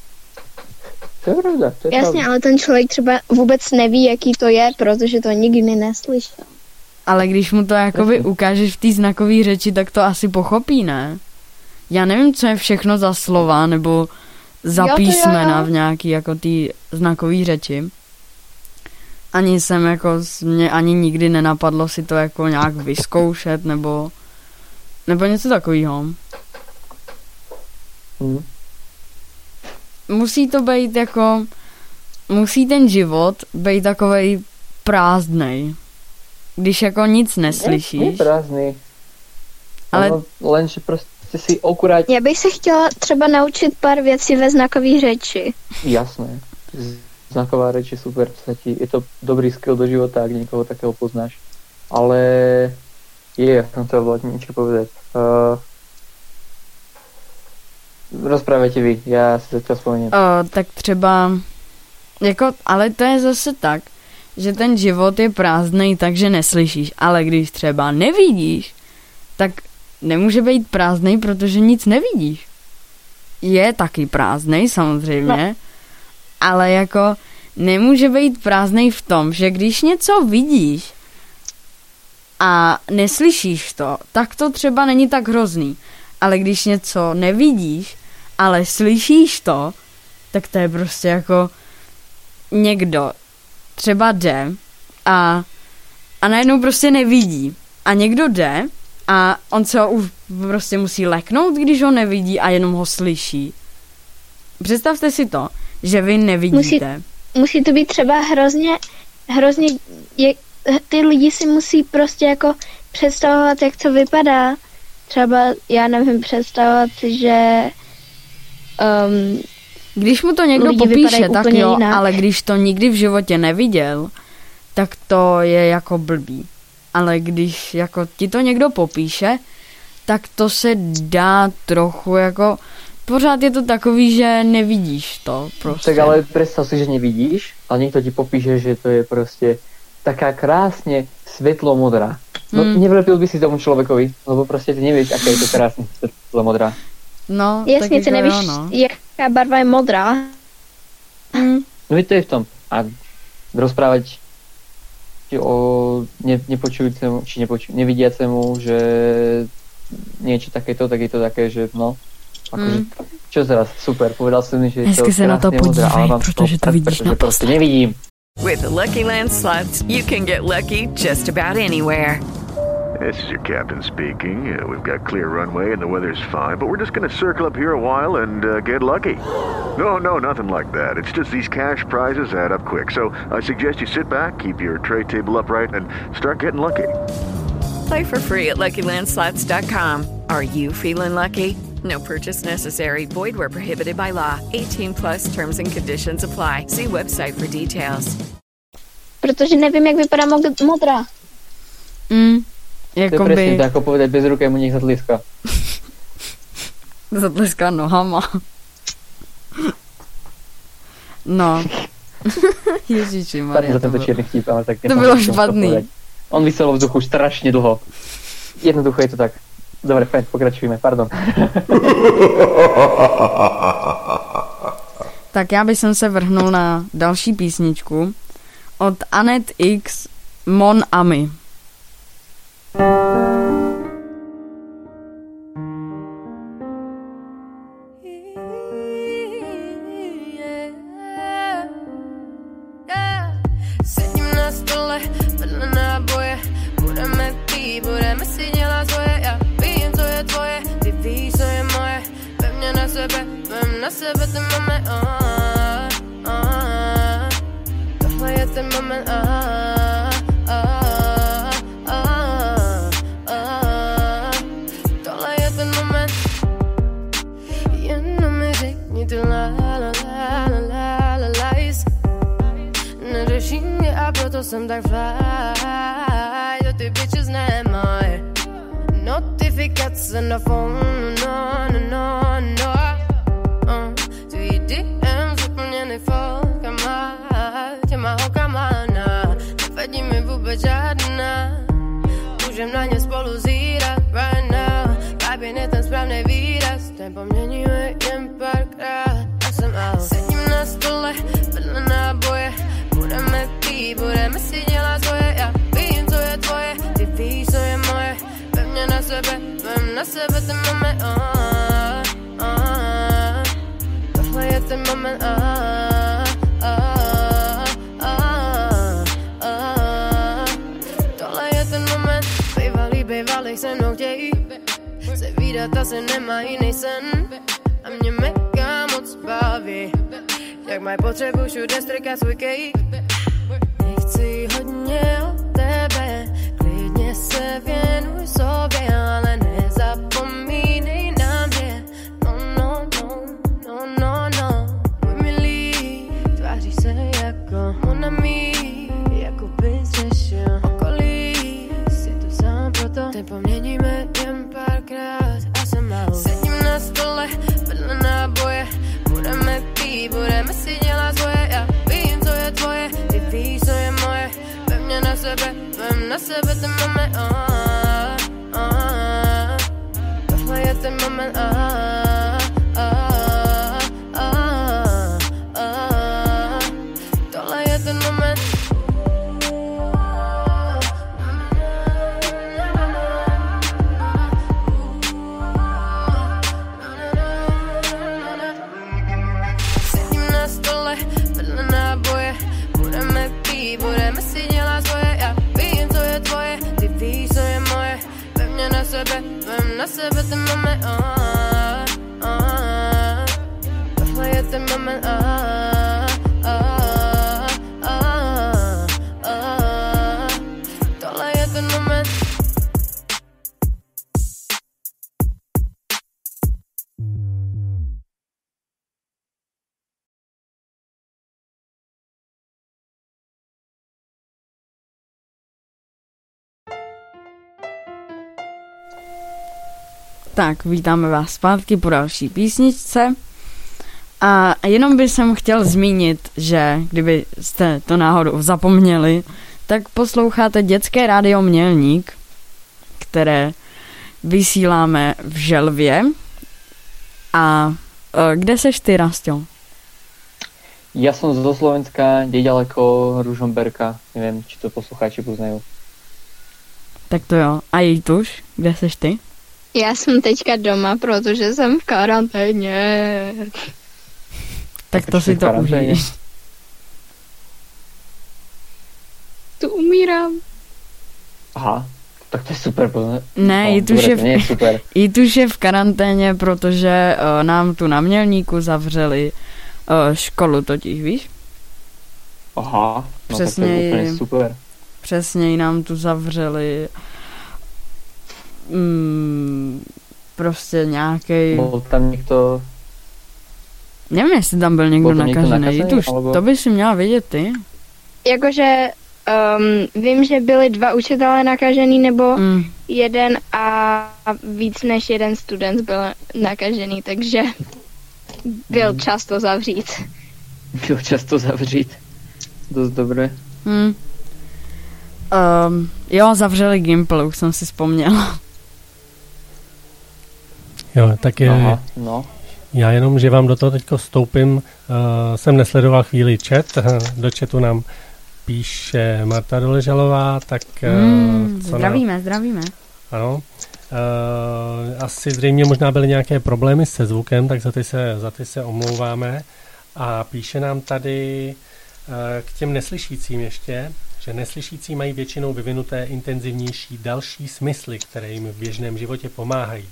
Speaker 7: To je pravda, to je
Speaker 8: Jasně,
Speaker 7: pravda.
Speaker 8: ale ten člověk třeba vůbec neví, jaký to je, protože to nikdy neslyšel.
Speaker 6: Ale když mu to jakoby ukážeš v té znakové řeči, tak to asi pochopí, ne? Já nevím, co je všechno za slova, nebo za
Speaker 8: jo,
Speaker 6: písmena
Speaker 8: jo.
Speaker 6: v nějaký jako té znakové řeči. Ani jsem jako, mě ani nikdy nenapadlo si to jako nějak vyzkoušet, nebo nebo něco takového.
Speaker 7: Hmm.
Speaker 6: Musí to být jako, musí ten život být takovej prázdnej. Když jako nic neslyšíš.
Speaker 7: Je, je prázdný.
Speaker 6: Ale...
Speaker 7: Lenže prostě si akurát...
Speaker 8: Já bych se chtěla třeba naučit pár věcí ve znakové řeči.
Speaker 7: Jasné. Znaková řeč je super. Je to dobrý skill do života, ak někoho takého poznáš. Ale je, ja som to vlastne niečo povedať. Uh, rozprávajte vy, já si to vzpomínám.
Speaker 6: O, tak třeba, jako, ale to je zase tak, že ten život je prázdnej, takže neslyšíš, ale když třeba nevidíš, tak nemůže být prázdnej, protože nic nevidíš. Je taky prázdnej, samozřejmě, no. Ale jako nemůže být prázdnej v tom, že když něco vidíš a neslyšíš to, tak to třeba není tak hrozný. Ale když něco nevidíš, ale slyšíš to, tak to je prostě jako někdo třeba jde a, a najednou prostě nevidí. A někdo jde a on se ho už prostě musí leknout, když ho nevidí a jenom ho slyší. Představte si to, že vy nevidíte.
Speaker 8: Musí, musí to být třeba hrozně, hrozně, je, ty lidi si musí prostě jako představovat, jak to vypadá. Třeba, já nevím, představovat si, že um,
Speaker 6: když mu to někdo popíše, tak jo, jinak. Ale když to nikdy v životě neviděl, tak to je jako blbý. Ale když jako ti to někdo popíše, tak to se dá trochu jako, pořád je to takový, že nevidíš to prostě.
Speaker 7: Tak ale představ si, že nevidíš a někdo ti popíše, že to je prostě taká krásně světlo modrá. No hmm. nevlepil by si tomu člověkovi, lebo prostě ty nevíš, aké je to krásně světlo modrá.
Speaker 6: No,
Speaker 8: jasně, ty nevíš, jo, no. Jaká barva je modrá.
Speaker 6: Hmm.
Speaker 7: No i to je v tom. A rozprávať o ne, nepočujúcemu, či nepoču, nevidiacemu, že niečo takéto, tak je to také, že no, akože, mm. čo teraz, super, povedal som mi, že je to
Speaker 6: krásne
Speaker 7: modrá, ale mám
Speaker 6: protože to vidíš
Speaker 7: na prostě nevidím.
Speaker 11: With the Lucky Land Slots, you can get lucky just about anywhere.
Speaker 12: This is your captain speaking. Uh, we've got clear runway and the weather's fine, but we're just going to circle up here a while and uh, get lucky. No, no, nothing like that. It's just these cash prizes add up quick. So I suggest you sit back, keep your tray table upright, and start getting lucky.
Speaker 11: Play for free at Lucky Land Slots dot com. Are you feeling lucky? No purchase necessary. Void where prohibited by law. eighteen plus terms and conditions apply. See website for details.
Speaker 8: Protože nevím, jak vypadá modrá.
Speaker 6: Mm.
Speaker 7: Jakoby... To je presne tak, ako povedať bez rukému nech zatliska.
Speaker 6: Zatliska nohama. No. Ježiši Maria.
Speaker 7: Za tento čierny vtip, ale tak...
Speaker 6: To bylo špatný.
Speaker 7: On vysel v vzduchu strašne dlho. Jednoducho je to tak. Dobre, fajn, pokračujeme, pardon.
Speaker 6: Tak já bych se vrhnul na další písničku od Anet X Mon Ami.
Speaker 9: Sedím na stole, vedle náboje, budeme pít, budeme si dělat svoje, já vím, co je tvoje, ty víš, co je moje, pevně na sebe, vem na sebe ten moment, ah, ah, tohle je ten moment, ah, ah, ah, ah, tohle je ten moment, jenom mi řekni ty la la la la la la lajs, neřeším je a proto jsem tak fly, to ty bitches nemají, notifikace na phone, no, no, no, no, uh, tvý D M zaplněný folkama, těma holkama, na, nevadí mi vůbec žádná, můžem na ně spolu zírat right now, vibe je ten správný výraz, tempo měníme jen párkrát, a jsem out. Sedím na stole, vedle náboje, budeme pít, budeme si dělat svoje, já vím, co je tvoje, ty víš, co je moje, pevně na sebe, vem na sebe ten moment, ah, ah, tohle je ten moment, ah, ah, ah, ah, tohle je ten moment, bývalý, bývalý se mnou chtějí se výdat, asi nemá jiný sen a mě mega moc baví, jak mají potřebu všude strkat svůj cake. Nechci hodně od tebe, klidně se věnuj sobě, ale nezapomínej na mě. No, no, no, no, no, no. Můj milý, tváříš se jako mon ami, jako bys řešil okolí. Jsi tu sám proto, tempo měníme jen párkrát a jsem malou. Sedím na stole, vedle na pít, budeme si dělat svoje, já vím, co je tvoje, ty víš, co je moje, vem mě na sebe, vem na sebe ten moment, ah, ah, tohle je ten moment, ah, ah, ah, ah, tohle je ten moment. Sedím na stole, vedle náboje, budeme pít, budeme si dělat svoje, já vím, co je tvoje, ty víš, co je moje, vem mě na sebe, vem na sebe ten moment, ah, ah, tohle je ten moment, ah, ah, ah, ah, tohle je ten moment.
Speaker 6: Tak, vítáme vás zpátky po další písničce. A jenom bych jsem chtěl zmínit, že kdyby jste to náhodou zapomněli, tak posloucháte dětské rádio Mělník, které vysíláme v Želvě. A e, kde seš ty, Rasťo?
Speaker 7: Ja som zo Slovenska, nedaleko Ružomberka. Neviem, či to poslucháči poznajú.
Speaker 6: Tak to jo. A Jejtuš, kde seš ty?
Speaker 8: Já jsem teďka doma, protože jsem v karanténě.
Speaker 6: Tak to si to užiješ.
Speaker 8: Tu umírám.
Speaker 7: Aha, tak to je super.
Speaker 6: Ne,
Speaker 7: no,
Speaker 6: Jituš,
Speaker 7: dobré,
Speaker 6: je
Speaker 7: to nie je super.
Speaker 6: v, Jituš je v karanténě, protože uh, nám tu na Mělníku zavřeli uh, školu, totiž, víš?
Speaker 7: Aha, no
Speaker 6: Přesně,
Speaker 7: tak to je úplně super.
Speaker 6: Přesně nám tu zavřeli mm, prostě nějaký.
Speaker 7: Byl tam někdo...
Speaker 6: Nevím, jestli tam byl někdo
Speaker 7: byl
Speaker 6: nakažený.
Speaker 7: nakažený
Speaker 6: Jituš,
Speaker 7: alebo...
Speaker 6: to by si měla vědět ty.
Speaker 8: Jakože um, vím, že byli dva učitelé nakažený, nebo
Speaker 6: mm.
Speaker 8: jeden a víc než jeden student byl nakažený, takže byl
Speaker 7: mm.
Speaker 8: často zavřít.
Speaker 7: Byl často zavřít. Dost dobré.
Speaker 6: Hmm. Um, jo, zavřeli Gimpel, už jsem si vzpomněla.
Speaker 10: Jo, tak je...
Speaker 7: Aha, no.
Speaker 10: Já jenom, že vám do toho teďko vstoupím, uh, jsem nesledoval chvíli chat, do chatu nám píše Marta Doležalová, tak... Uh,
Speaker 6: mm,
Speaker 10: co
Speaker 6: zdravíme,
Speaker 10: na...
Speaker 6: zdravíme.
Speaker 10: Ano. Uh, asi zřejmě možná byly nějaké problémy se zvukem, tak za ty se, za ty se omlouváme. A píše nám tady uh, k těm neslyšícím ještě, že neslyšící mají většinou vyvinuté intenzivnější další smysly, které jim v běžném životě pomáhají.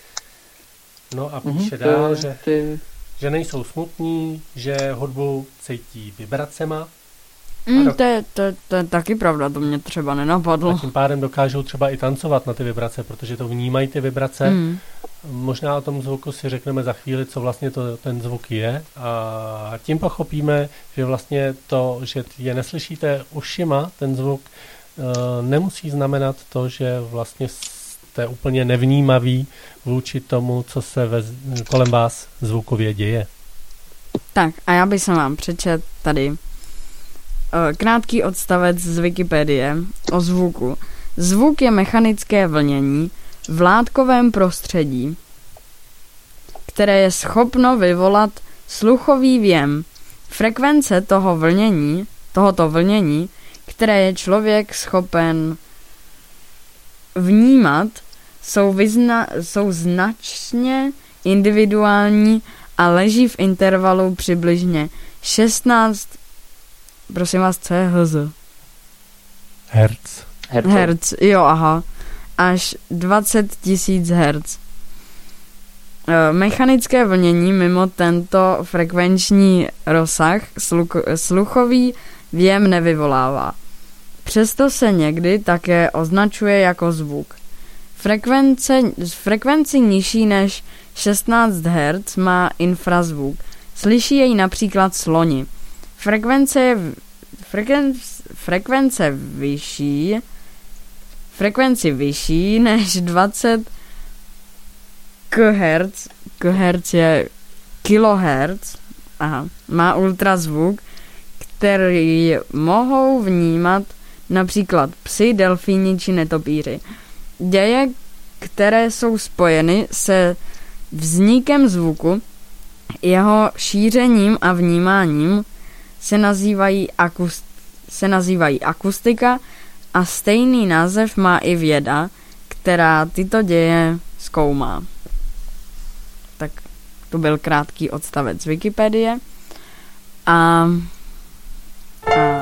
Speaker 10: No a píše mm-hmm, dál, že,
Speaker 7: ty...
Speaker 10: že nejsou smutní, že hudbu cítí vibracema.
Speaker 6: Mm,
Speaker 10: do...
Speaker 6: to, je, to, to je taky pravda, to mě třeba nenapadlo.
Speaker 10: A tím pádem dokážou třeba i tancovat na ty vibrace, protože to vnímají ty vibrace. Mm. Možná o tom zvuku si řekneme za chvíli, co vlastně to, ten zvuk je. A tím pochopíme, že vlastně to, že je neslyšíte ušima, ten zvuk, nemusí znamenat to, že vlastně jste úplně nevnímaví vůči tomu, co se ve, kolem vás zvukově děje.
Speaker 6: Tak a já bych se vám přečet tady krátký odstavec z Wikipedie o zvuku. Zvuk je mechanické vlnění v látkovém prostředí, které je schopno vyvolat sluchový věm. Frekvence toho vlnění, tohoto vlnění, které je člověk schopen vnímat, jsou, vyzna, jsou značně individuální a leží v intervalu přibližně šestnáct, prosím vás, co je H Z?
Speaker 10: Hertz.
Speaker 6: Hertz. Hertz, jo, aha. Až dvacet tisíc hertz. Mechanické vlnění mimo tento frekvenční rozsah sluchový věm nevyvolává. Přesto se někdy také označuje jako zvuk. Frekvence, frekvenci nižší než šestnáct hertz má infrazvuk. Slyší jej například sloni. Frekvence je frekvence, frekvence vyšší frekvenci vyšší než dvacet kilohertz, kilohertz je kilohertz, Aha, má ultrazvuk, který mohou vnímat například psi, delfíni či netopíři. Děje, které jsou spojeny se vznikem zvuku, jeho šířením a vnímáním, se nazývají, akust, se nazývají akustika a stejný název má i věda, která tyto děje zkoumá. Tak to byl krátký odstavec z Wikipedie. A, a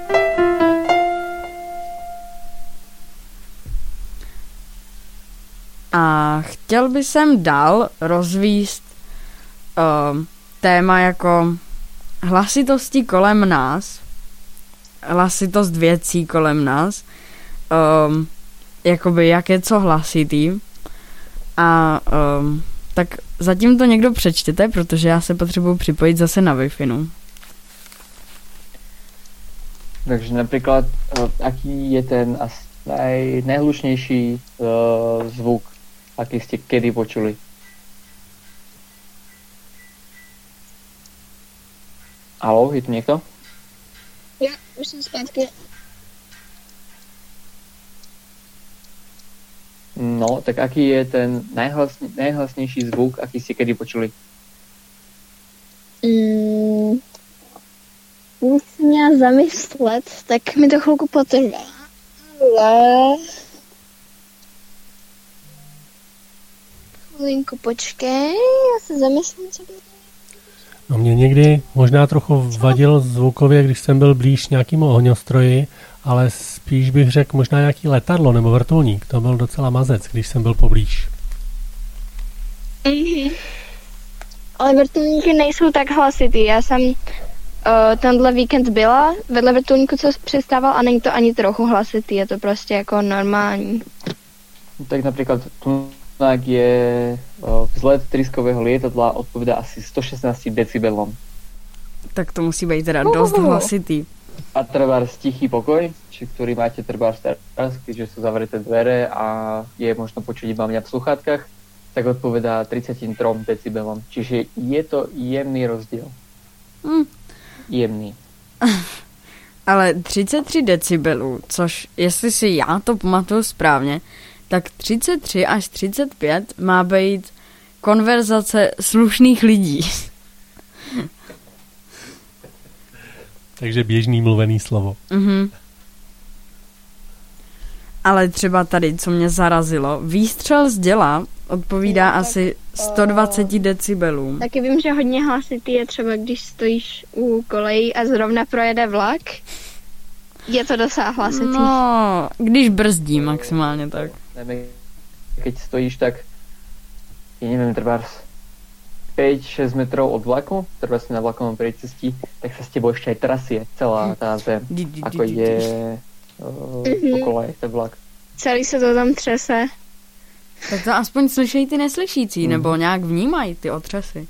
Speaker 6: A chtěl by jsem dál rozvíst uh, téma jako hlasitosti kolem nás, hlasitost věcí kolem nás, um, jakoby jak je co hlasitý. A um, tak zatím to někdo přečtěte, protože já se potřebuji připojit zase na Wi-Fi.
Speaker 7: Takže napríklad, aký je ten asi naj, najhlučnejší uh, zvuk, aký ste kedy počuli? Haló, je tu niekto?
Speaker 8: Ja, už som zpátky.
Speaker 7: No, tak aký je ten najhlasne, najhlasnejší zvuk, aký ste kedy počuli?
Speaker 8: Mm, když se měla zamyslet, tak mi to chvilku potrvá. Ale... Chvilinku počkej, já se zamyslím, co by to...
Speaker 10: No mě někdy možná trochu vadil zvukově, když jsem byl blíž nějakému ohňostroji, ale spíš bych řekl možná nějaký letadlo nebo vrtulník. To byl docela mazec, když jsem byl poblíž.
Speaker 8: Mm-hmm. Ale vrtulníky nejsou tak hlasitý. Já jsem uh, tenhle víkend byla vedle vrtulníku, co přistával a není to ani trochu hlasitý. Je to prostě jako normální.
Speaker 7: Tak napríklad tunak je uh, vzlet tryskového lietadla odpovídá asi sto šestnásť decibelom.
Speaker 6: Tak to musí být teda dost hlasitý.
Speaker 7: A trebárs tichý pokoj, či ktorý máte trebárs teraz, keďže sú zavreté dvere a je možno počuť iba mňa v sluchátkach, tak odpovedá tridsaťtri decibelom. Čiže je to jemný rozdiel.
Speaker 6: Hmm.
Speaker 7: Jemný.
Speaker 6: Ale třicet tři decibelů, což jestli si já to pamatuju správně, tak třicet tři až třicet pět má být konverzace slušných lidí.
Speaker 10: Takže běžný mluvený slovo.
Speaker 6: Mhm. Ale třeba tady, co mě zarazilo, výstřel z děla odpovídá no, asi sto dvacet decibelům.
Speaker 8: Taky vím, že hodně hlasitý je třeba, když stojíš u kolejí a zrovna projede vlak. Je to docela hlasitý.
Speaker 6: No, když brzdí maximálně tak.
Speaker 7: Keď stojíš tak, ja neviem, trebárs päť šesť metrov od vlaku, treba si na vlakovom priecestí, tak sa s tebou ešte aj trasie celá tá zem, ako ide po koleji ten vlak.
Speaker 8: Celý se to tam třese.
Speaker 6: Tak to aspoň slyšejí ty neslyšící, hmm. nebo nějak vnímají ty otřesy.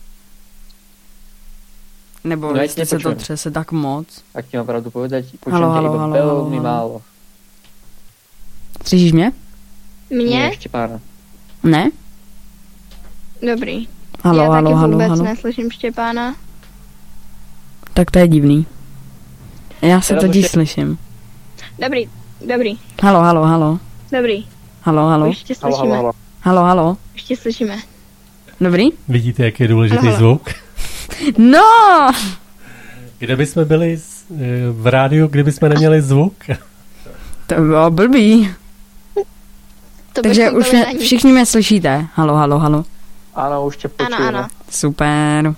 Speaker 6: Nebo no, jestli se to třese tak moc.
Speaker 7: Ak ti mám pravdu povedať, počujem ťa iba halo, veľmi halo. málo.
Speaker 6: Slyšíš mě?
Speaker 8: Mě?
Speaker 7: Nie, Štěpána.
Speaker 6: Ne?
Speaker 8: Dobrý.
Speaker 6: Halo,
Speaker 8: Já
Speaker 6: halo,
Speaker 8: taky
Speaker 6: halo,
Speaker 8: vůbec
Speaker 6: halo.
Speaker 8: neslyším Štěpána.
Speaker 6: Tak to je divný. Já se
Speaker 7: Teda
Speaker 6: totiž
Speaker 7: ještě...
Speaker 6: slyším.
Speaker 8: Dobrý, dobrý.
Speaker 6: Halo, halo, halo.
Speaker 8: Dobrý.
Speaker 6: Halo, halo.
Speaker 8: Ještě slyšíme.
Speaker 7: Halo, halo.
Speaker 6: Halo, halo.
Speaker 8: Ještě slyšíme.
Speaker 6: Dobrý?
Speaker 10: Vidíte, jak je důležitý
Speaker 8: halo, halo.
Speaker 10: zvuk?
Speaker 6: No!
Speaker 10: Kde bychom byli v rádiu, kdyby jsme neměli zvuk?
Speaker 6: To by bylo blbý.
Speaker 8: To
Speaker 6: Takže už mě, všichni mě slyšíte. Halo, halo, halo.
Speaker 7: Áno, už ťa počujeme.
Speaker 8: Ano, ano.
Speaker 6: Super.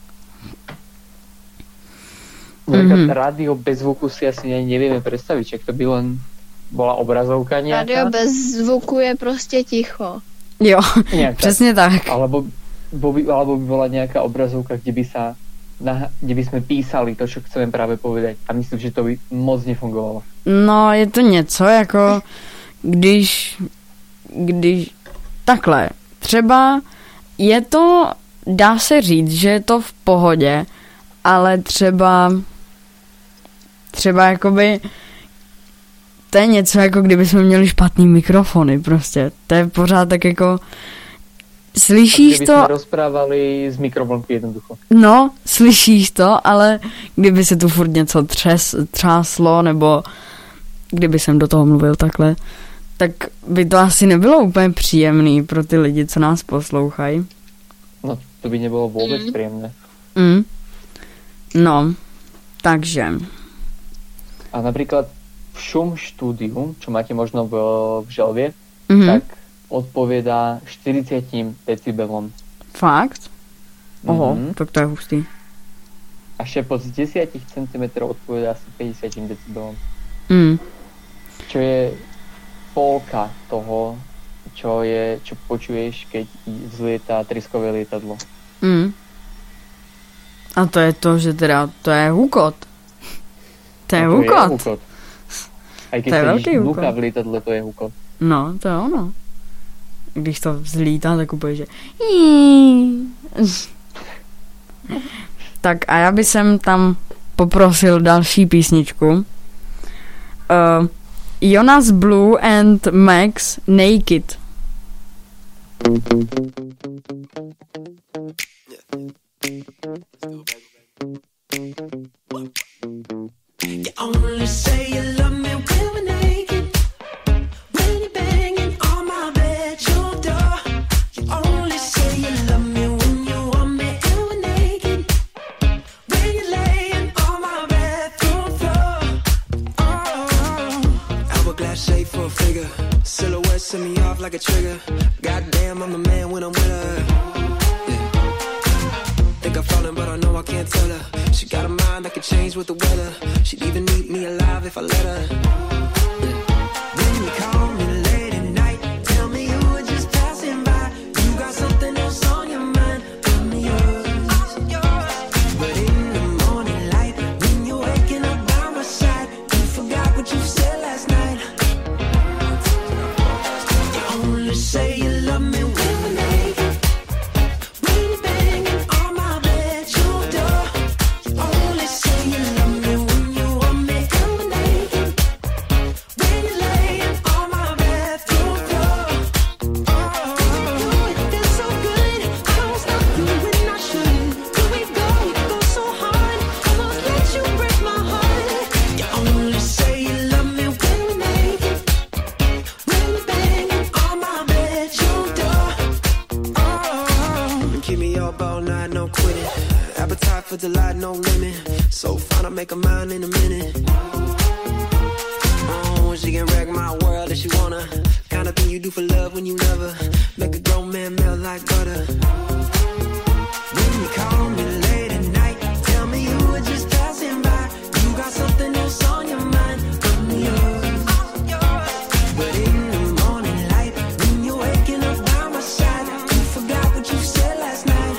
Speaker 7: Mm-hmm. Rádio bez zvuku si asi ani nevieme predstaviť, čak to by len bola obrazovka nejaká.
Speaker 8: Rádio bez zvuku je prostě ticho.
Speaker 6: Jo, nějak přesně tak. tak.
Speaker 7: Alebo, by, alebo by bola nejaká obrazovka, kde by sa na, kde by sme písali to, čo chceme práve povedať. A myslím, že to by moc nefungovalo.
Speaker 6: No, je to něco jako když když takhle, třeba je to, dá se říct, že je to v pohodě, ale třeba třeba jakoby to je něco jako kdyby jsme měli špatný mikrofony prostě. To je pořád tak jako Slyšíš
Speaker 7: to?
Speaker 6: to?
Speaker 7: Rozprávali z mikrovlnky jednoducho.
Speaker 6: No, slyšíš to, ale kdyby se tu furt něco třes, třáslo, nebo kdyby jsem do toho mluvil takhle, tak by to asi nebylo úplně příjemný pro ty lidi, co nás poslouchají.
Speaker 7: No, to by nebylo vůbec mm. příjemné.
Speaker 6: Mm. No, takže.
Speaker 7: A napríklad v šum štúdiu, čo máte možno v, v želvě,
Speaker 6: mm-hmm.
Speaker 7: tak odpovědá štyridsať decibelom.
Speaker 6: Fakt? Oho,
Speaker 7: mm-hmm.
Speaker 6: tak to je hustý.
Speaker 7: A šepot z desať centimetrov odpovědá asi päťdesiat decibelom.
Speaker 6: Mm.
Speaker 7: Čo je polka toho, čo, je, čo počuješ, keď vzlietá tryskové lietadlo.
Speaker 6: Mm. A to je to, že teda to je hukot. To je
Speaker 7: no, to
Speaker 6: hukot.
Speaker 7: Je hukot. Aj keď sedíš ducha v lietadle, to je hukot.
Speaker 6: No, to je ono. Když to vzlítá, tak úplně, že... Tak a já bych sem tam poprosil další písničku. Uh, Jonas Blue and Max Naked.
Speaker 13: You only say you love me when we're naked. When you're banging on my bedroom door. You only say you love me when you want me and we're naked. When you're laying on my bedroom floor. Oh, hourglass shape for a figure. Silhouette set me off like a trigger. Goddamn, I'm the man when I'm with her. Think I'm falling, but I know I can't tell her. She got a mind that could change with the weather. She'd even eat me alive if I let her. Yeah. When you call me late at night, tell me you were just passing by. You got something else on your mind. Tell me yours, yours. But in the morning light, when you're waking up by my side, you forgot what you said last night. You only say you love me when we're naked. When you're banging on my bedroom door. You only say you love me when you want me and we're naked. When you're laying on my bedroom floor. Oh, it feels so good. I don't stop you when I should. Here we go, we go so hard. Almost let you break my heart. You only say you love me when we're naked. When you're banging on my bedroom door. Oh, keep me up all night, no quitting. Appetite for delight, no limit. So fine, I'll make a mind in a minute. Oh, she can wreck my world if she wanna. Kind of thing you do for love when you love her. Make a grown man melt like butter. When you call me late at night, tell me you were just passing by. You got something else on your mind. I'm yours, yours. But in the morning light, when you're waking up by my side, you forgot what you said last night.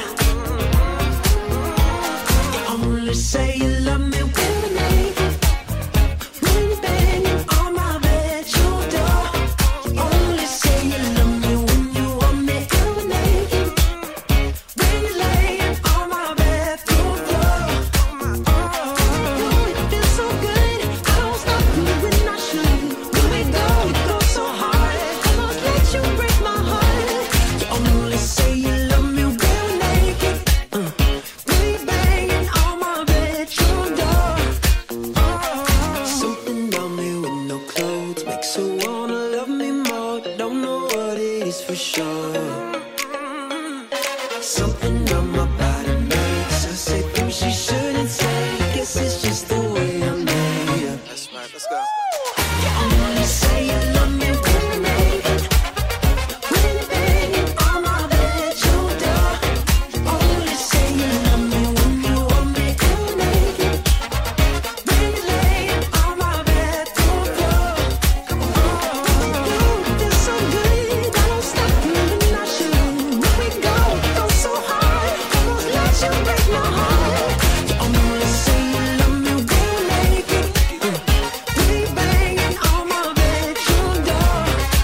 Speaker 13: You only say you love me when we're naked. When you're banging on my bedroom door. You only say you love me when you want me and we're naked. When you're laying on my bedroom floor. Oh, it feels so good. I don't stop you when I should. Here we go, we go so hard. Almost let you break my heart. You only say you love me when we're naked. Uh, when you're banging on my bedroom door. Oh, something about me with no clothes makes her wanna love me more. Don't know what it is for sure. Something about my body makes her say things she shouldn't say. Guess it's just the way I'm made. That's right, let's go. You only say you love me when we're naked. When you're banging on my bedroom door. You only say you love me when you want me and we're naked. When you're laying on my bedroom floor. Oh, it feels so good. I don't stop you when I should. Here we go, we go so hard. Almost let you break my heart. You only say you love me when we're naked. Uh, when you're banging on my bedroom door.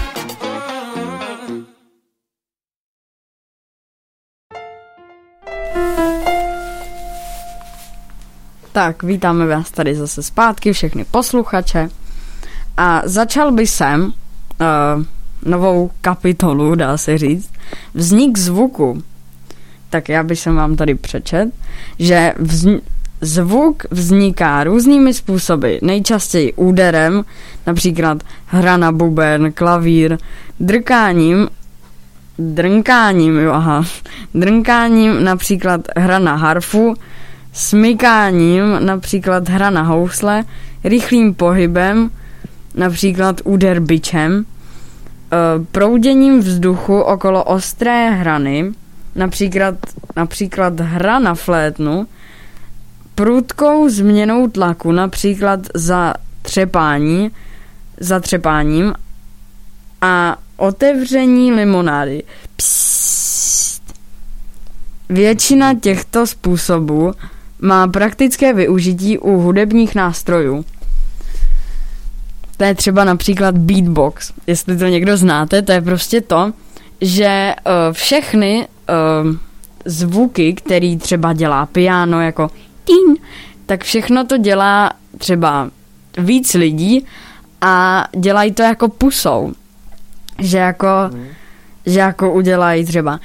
Speaker 6: Tak, vítáme vás tady zase zpátky, všechny posluchače. A začal by jsem uh, novou kapitolu, dá se říct. Vznik zvuku. Tak já bych vám tady přečet, že vzni- zvuk vzniká různými způsoby. Nejčastěji úderem, například hra na buben, klavír, drkáním, drnkáním, jo, aha, drnkáním, například hra na harfu, smykáním, například hra na housle, rychlým pohybem, například úder bičem, prouděním vzduchu okolo ostré hrany, například, například hra na flétnu, prudkou změnou tlaku, například za třepání, za třepáním a otevření limonády. Psst. Většina těchto způsobů má praktické využití u hudebních nástrojů. To je třeba například beatbox. Jestli to někdo znáte, to je prostě to, že uh, všechny uh, zvuky, který třeba dělá piano, jako tin, tak všechno to dělá třeba víc lidí a dělají to jako pusou. Že jako, mm. že jako udělají třeba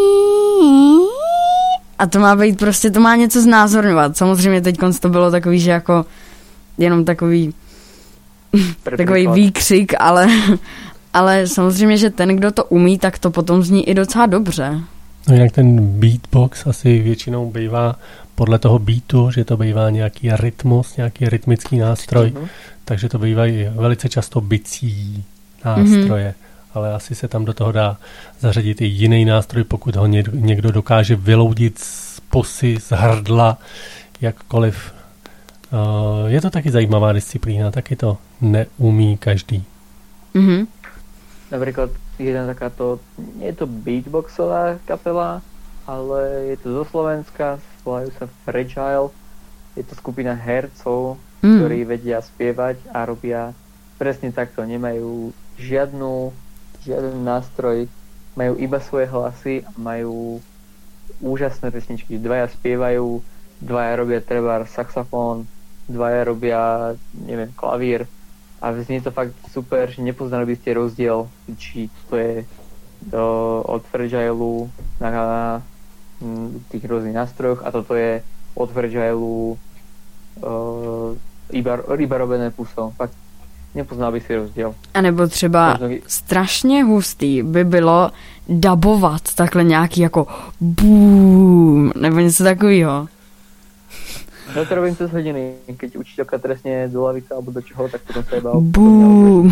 Speaker 6: a to má být prostě, to má něco znázorňovat. Samozřejmě teď to bylo takový, že jako jenom takový takový výkřik, ale, ale samozřejmě, že ten, kdo to umí, tak to potom zní i docela dobře.
Speaker 10: No jinak ten beatbox asi většinou bývá podle toho beatu, že to bývá nějaký rytmus, nějaký rytmický nástroj, mm-hmm. takže to bývají velice často bicí nástroje, mm-hmm. ale asi se tam do toho dá zařadit i jiný nástroj, pokud ho někdo dokáže vyloudit z pusy, z hrdla, jakkoliv. Uh, je to taky zajímavá disciplína, taky to neumí každý.
Speaker 6: Mm-hmm.
Speaker 7: Napríklad jedna takáto, nie je to beatboxová kapela, ale je to zo Slovenska, volajú sa Fragile. Je to skupina hercov, mm. ktorí vedia spievať a robia presne takto. Nemajú žiadnu, žiaden nástroj, majú iba svoje hlasy a majú úžasné pesničky. Dvaja spievajú, dvaja robia treba saxofón, dvaja robia, neviem, klavír a znie to fakt super, že nepoznali by ste rozdiel, či to je do, od Fragilu na, na tých rôznych nástrojoch a toto je od Fragilu uh, iba, iba robené pusou. Fakt nepoznal by si rozdiel.
Speaker 6: A nebo třeba Možno... strašně hustý by bylo dabovat takhle nějaký jako boom, nebo něco takového.
Speaker 7: Ja to robím cez hodiny, keď učiteľka trestne do lavice alebo do čoho, tak potom sa iba...
Speaker 6: Boom!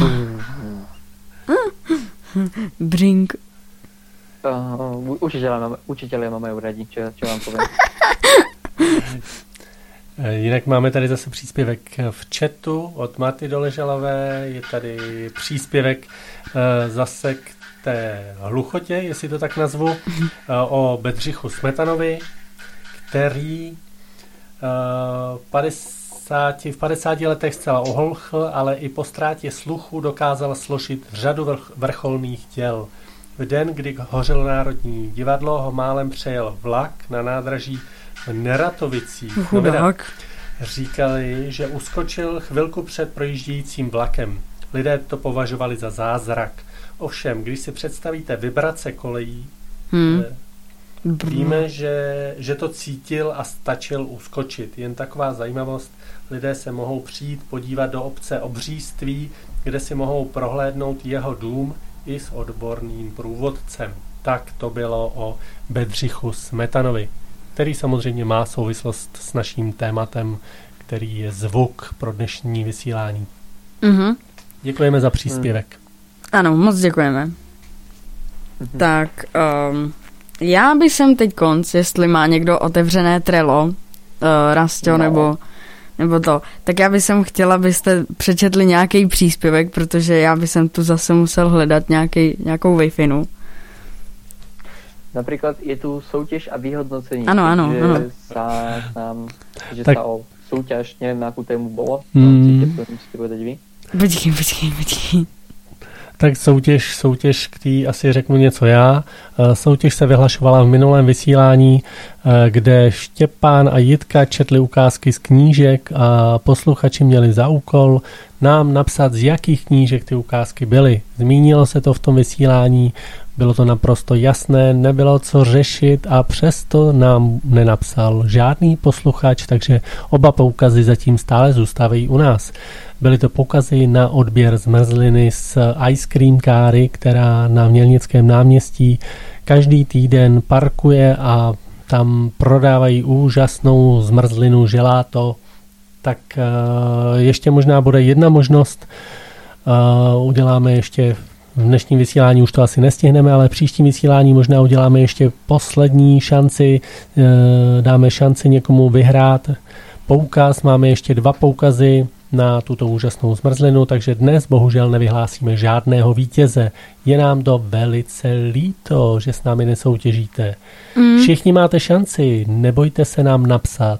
Speaker 6: Brink.
Speaker 7: Uh, učiteľia, učiteľia ma majú radi, čo, čo vám poviem.
Speaker 10: Jinak máme tady zase příspěvek v chatu od Marty Doležalové, je tady příspěvek uh, zase k té hluchotě, jestli to tak nazvu, uh, o Bedřichu Smetanovi, který Uh, padesáti, v padesáti letech zcela oholchl, ale i po ztrátě sluchu dokázal složit řadu vrch, vrcholných děl. V den, kdy hořelo Národní divadlo, ho málem přejel vlak na nádraží v Neratovicích.
Speaker 6: Chudák.
Speaker 10: Říkali, že uskočil chvilku před projíždějícím vlakem. Lidé to považovali za zázrak. Ovšem, když si představíte vibrace kolejí, hmm. eh, víme, že, že to cítil a stačil uskočit. Jen taková zajímavost, lidé se mohou přijít podívat do obce Obříství, kde si mohou prohlédnout jeho dům i s odborným průvodcem. Tak to bylo o Bedřichu Smetanovi, který samozřejmě má souvislost s naším tématem, který je zvuk pro dnešní vysílání.
Speaker 6: Mm-hmm.
Speaker 10: Děkujeme za příspěvek.
Speaker 6: Ano, moc děkujeme. Mm-hmm. Tak... Um... Já bych sem teď konc, jestli má někdo otevřené Trello, uh, Rastio, no. nebo, nebo to, tak já bych sem chtěla, abyste přečetli nějaký příspěvek, protože já bych sem tu zase musel hledat nějaký, nějakou Wi-Fi.
Speaker 7: Například je tu soutěž a vyhodnocení.
Speaker 6: Ano, ano,
Speaker 7: že
Speaker 6: ano.
Speaker 7: Sa, nám, že
Speaker 10: tak.
Speaker 7: sa o soutěž, nevím, na jakou tému bylo,
Speaker 10: hmm.
Speaker 7: no, chcete povedať vy?
Speaker 6: Počkej, počkej, počkej.
Speaker 10: Tak soutěž, soutěž, který asi řeknu něco já. Soutěž se vyhlašovala v minulém vysílání, kde Štěpán a Jitka četli ukázky z knížek a posluchači měli za úkol nám napsat, z jakých knížek ty ukázky byly. Zmínilo se to v tom vysílání, bylo to naprosto jasné, nebylo co řešit a přesto nám nenapsal žádný posluchač, takže oba poukazy zatím stále zůstávají u nás. Byly to poukazy na odběr zmrzliny z Ice Cream Káry, která na Mělnickém náměstí každý týden parkuje a tam prodávají úžasnou zmrzlinu gelato. Tak uh, ještě možná bude jedna možnost. Uh, uděláme ještě v dnešním vysílání, už to asi nestihneme, ale příštím vysílání možná uděláme ještě poslední šanci. Uh, dáme šanci někomu vyhrát poukaz. Máme ještě dva poukazy na tuto úžasnou zmrzlinu, takže dnes bohužel nevyhlásíme žádného vítěze. Je nám to velice líto, že s námi nesoutěžíte. Mm. Všichni máte šanci, nebojte se nám napsat.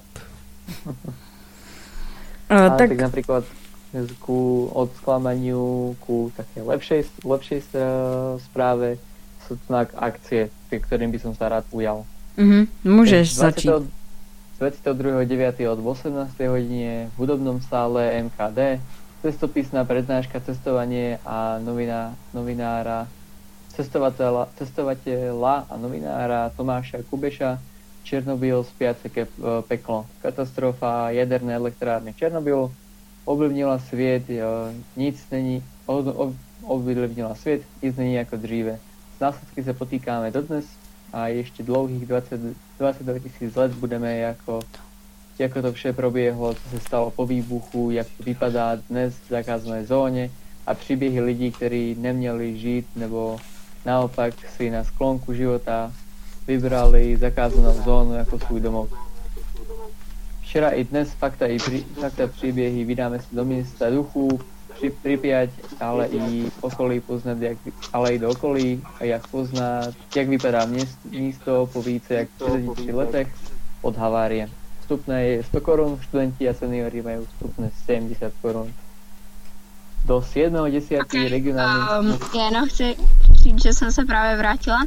Speaker 7: A tak... tak napríklad ku odsklamaniu, ku také lepšej, lepšej správe sú znak akcie, ktorým by som sa rád ujal.
Speaker 6: Mm-hmm, môžeš začít.
Speaker 7: dvadsiateho druhého deviateho od osemnástej hodine v hudobnom sále em ká dé cestopisná prednáška, cestovanie a novina, novinára, cestovateľa, cestovateľa a novinára Tomáša Kubeša Černobyl, spiace ke, peklo. Katastrofa jadernej elektrárne Černobyl ovlivnila sviet, nic není, ovlivnila sviet, nic není ako dříve. Následky sa potýkáme dodnes a ešte dlouhých dvadsať, dvadsaťdva tisíc let budeme ako, ako to vše probiehlo, co sa stalo po výbuchu, jak to vypadá dnes v zakázanej zóne a příběhy lidí, ktorí neměli žít nebo naopak si na sklonku života vybrali zakázanou zónu jako svůj domov. Včera i dnes fakta i prí, fakta příběhy vydáme se do města duchů, při, Pripyať, ale i okolí poznat, jak, ale i do okolí, a jak poznat, jak vypadá měst, místo po více jak třiceti třech letech od havárie. Vstupné je sto korun, študenti a seniori mají vstupné sedemdesiat korun. Do siedmeho desiateho Okay, regionálny...
Speaker 8: Um, já jenom chci říct, že jsem se právě vrátila.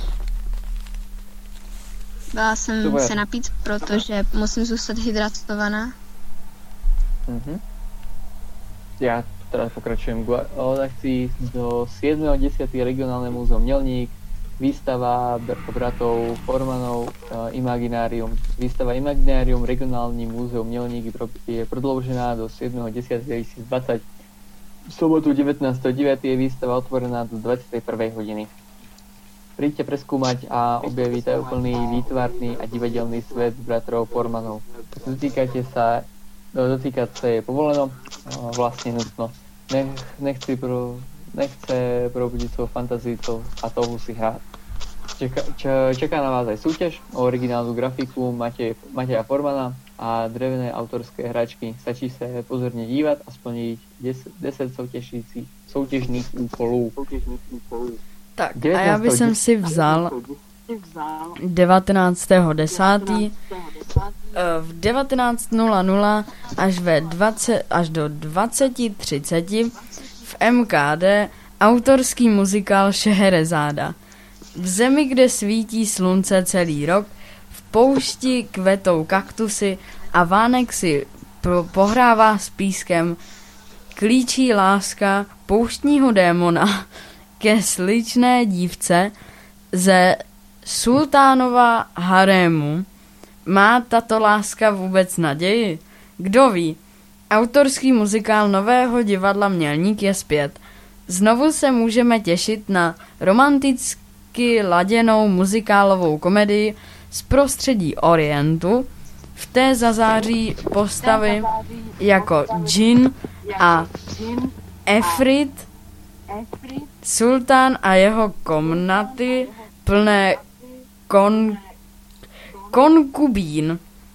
Speaker 8: Byla jsem Super. se napít, protože musím zůstat hydratovaná.
Speaker 7: Mhm. Ja teraz pokračujem od akcií do siedmeho desiateho regionálne múzeum Mělník, výstava bratov Formanov, uh, Imaginárium. Výstava Imaginárium, regionálny múzeum Mělník je prodloužená do siedmeho desiateho dvetisícdvadsať. V sobotu devätnásteho deviateho je výstava otvorená do dvadsiatej prvej hodiny. Príďte preskúmať a objaviť úplný výtvarný a divadelný svet bratrov Formanov. Dotýkajte sa, dotýkať sa je povoleno, vlastne nutno. Nech, nechci pro, nechce probudiť svoju fantaziu a touhu si hrať. Čeká, čeká na vás aj súťaž o originálnu grafiku Matej, Mateja Formana a drevené autorské hračky. Stačí sa pozorne dívať a splniť desať soutěžných úkolů.
Speaker 6: Tak a já bych si vzal devatenáctého desátého v devatenáct nula nula až, ve dvacet, až do dvacet třicet v em ká dé autorský muzikál Šeherezáda. V zemi, kde svítí slunce celý rok, v poušti kvetou kaktusy a vánek si pro, pohrává s pískem, klíčí láska pouštního démona ke sličné dívce ze sultánova harému. Má tato láska vůbec naději? Kdo ví? Autorský muzikál Nového divadla Mělník je zpět. Znovu se můžeme těšit na romanticky laděnou muzikálovou komedii z prostředí Orientu. V té zazáří postavy jako Džin a Efrit, sultán a jeho komnaty plné kon, konkubín,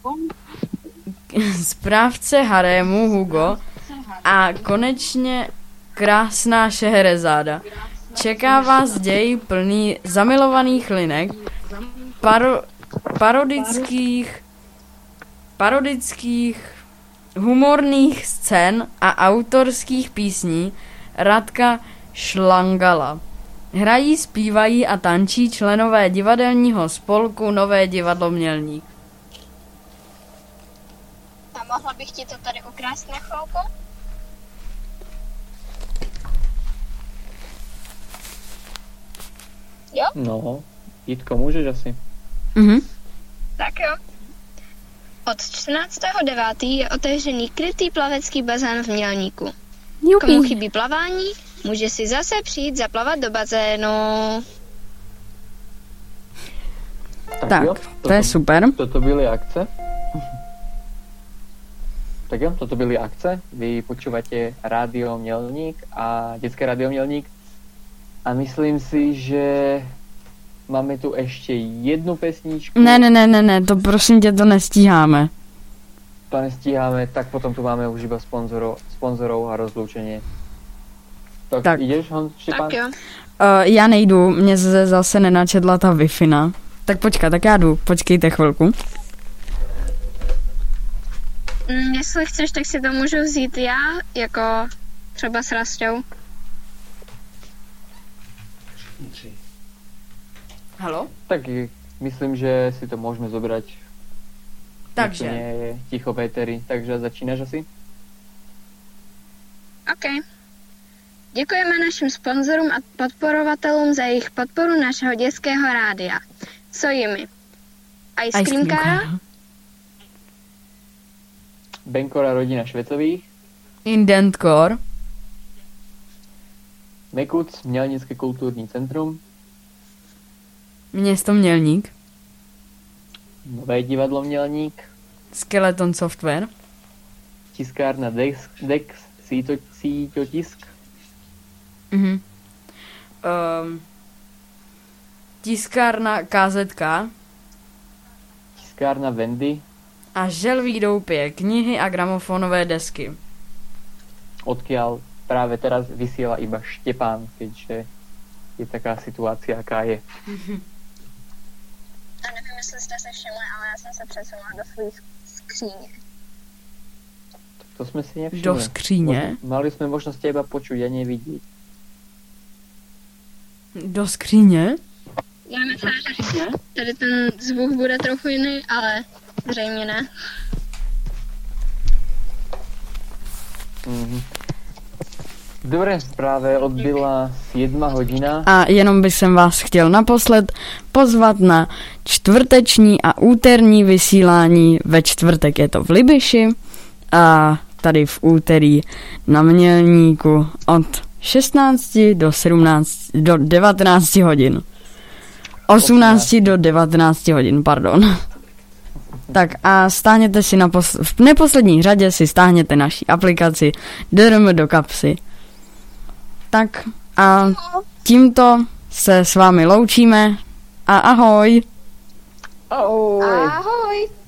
Speaker 6: správce harému Hugo a konečně krásná Šeherezáda. Čeká vás děj plný zamilovaných linek, paro, parodických, parodických humorných scén a autorských písní Radka Šlangala. Hrají, zpívají a tančí členové divadelního spolku Nové divadlo Mělník.
Speaker 8: A mohla bych ti to tady ukrást na chvilku? Jo?
Speaker 7: No, Jitko, můžeš asi.
Speaker 6: Mhm.
Speaker 8: Tak jo. Od čtrnáctého devátého je otevřený krytý plavecký bazén v Mělníku.
Speaker 6: Jupi.
Speaker 8: Komu chybí plavání, může si zase přijít zaplavat do bazénu.
Speaker 6: Tak,
Speaker 7: jo,
Speaker 6: to je super.
Speaker 7: Toto byly akce. Tak jo, toto byly akce. Vy počúvate Rádio Mělník a Dětské rádio Mělník. A myslím si, že máme tu ještě jednu pesničku.
Speaker 6: Ne, ne, ne, ne, ne, to prosím tě, to nestíháme.
Speaker 7: To nestíháme, tak potom tu máme už iba sponzorov, sponzorov a rozloučení. Tak,
Speaker 6: Tak.
Speaker 7: ideš, Hon, Štěpán?
Speaker 8: Tak jo.
Speaker 6: Uh, já nejdu, mě se zase nenačetla ta Wi-Fi. Tak počkat, tak já jdu, počkejte chvilku.
Speaker 8: Mm, jestli chceš, tak si to můžu vzít já, jako třeba s Rastou.
Speaker 6: Haló?
Speaker 7: Tak myslím, že si to môžeme zobrať.
Speaker 6: Takže.
Speaker 7: Nie je ticho v éteri, takže začínaš asi?
Speaker 8: OK. Děkujeme našim sponzorům a podporovatelům za jejich podporu našeho dětského rádia. Co jimi? Ice Cream Kára,
Speaker 7: Benkora rodina Švecových,
Speaker 6: Indentcore,
Speaker 7: Mekuc, Mělnické kulturní centrum,
Speaker 6: Město Mělník,
Speaker 7: Nové divadlo Mělník,
Speaker 6: Skeleton Software,
Speaker 7: tiskárna Dex, Dex síto, síťotisk,
Speaker 6: mhm. Um, tiskárna K Z K
Speaker 7: tiskárna Wendy,
Speaker 6: a Želví doupě, knihy a gramofonové desky.
Speaker 7: odkiaľ práve teraz vysiela iba Štepán, keďže je taká situácia, aká je.
Speaker 8: A nevím, jestli jste se všimli, ale já jsem se přesunula do svých skříně.
Speaker 7: To sme si nevšimli.
Speaker 6: Do skříně?
Speaker 7: Možno, mali sme možnosť teba počuť a nevidieť.
Speaker 6: Do skříně?
Speaker 8: Já myslím, že tady ten zvuk bude trochu jiný, ale zřejmě ne.
Speaker 7: Mhm. Dobre, práve odbyla siedma hodina.
Speaker 6: A jenom bych jsem vás chtěl naposled pozvat na čtvrteční a úterní vysílání. Ve čtvrtek je to v Libiši a tady v úterý na Mělníku od šestnácti do sedmnácti do devatenácti hodin. osmnácti do devatenácti hodin, pardon. Tak a stáhněte si na pos- v neposlední řadě si stáhněte naší aplikaci D R M do kapsy. Tak a tímto se s vámi loučíme a ahoj.
Speaker 7: Ahoj.
Speaker 8: Ahoj.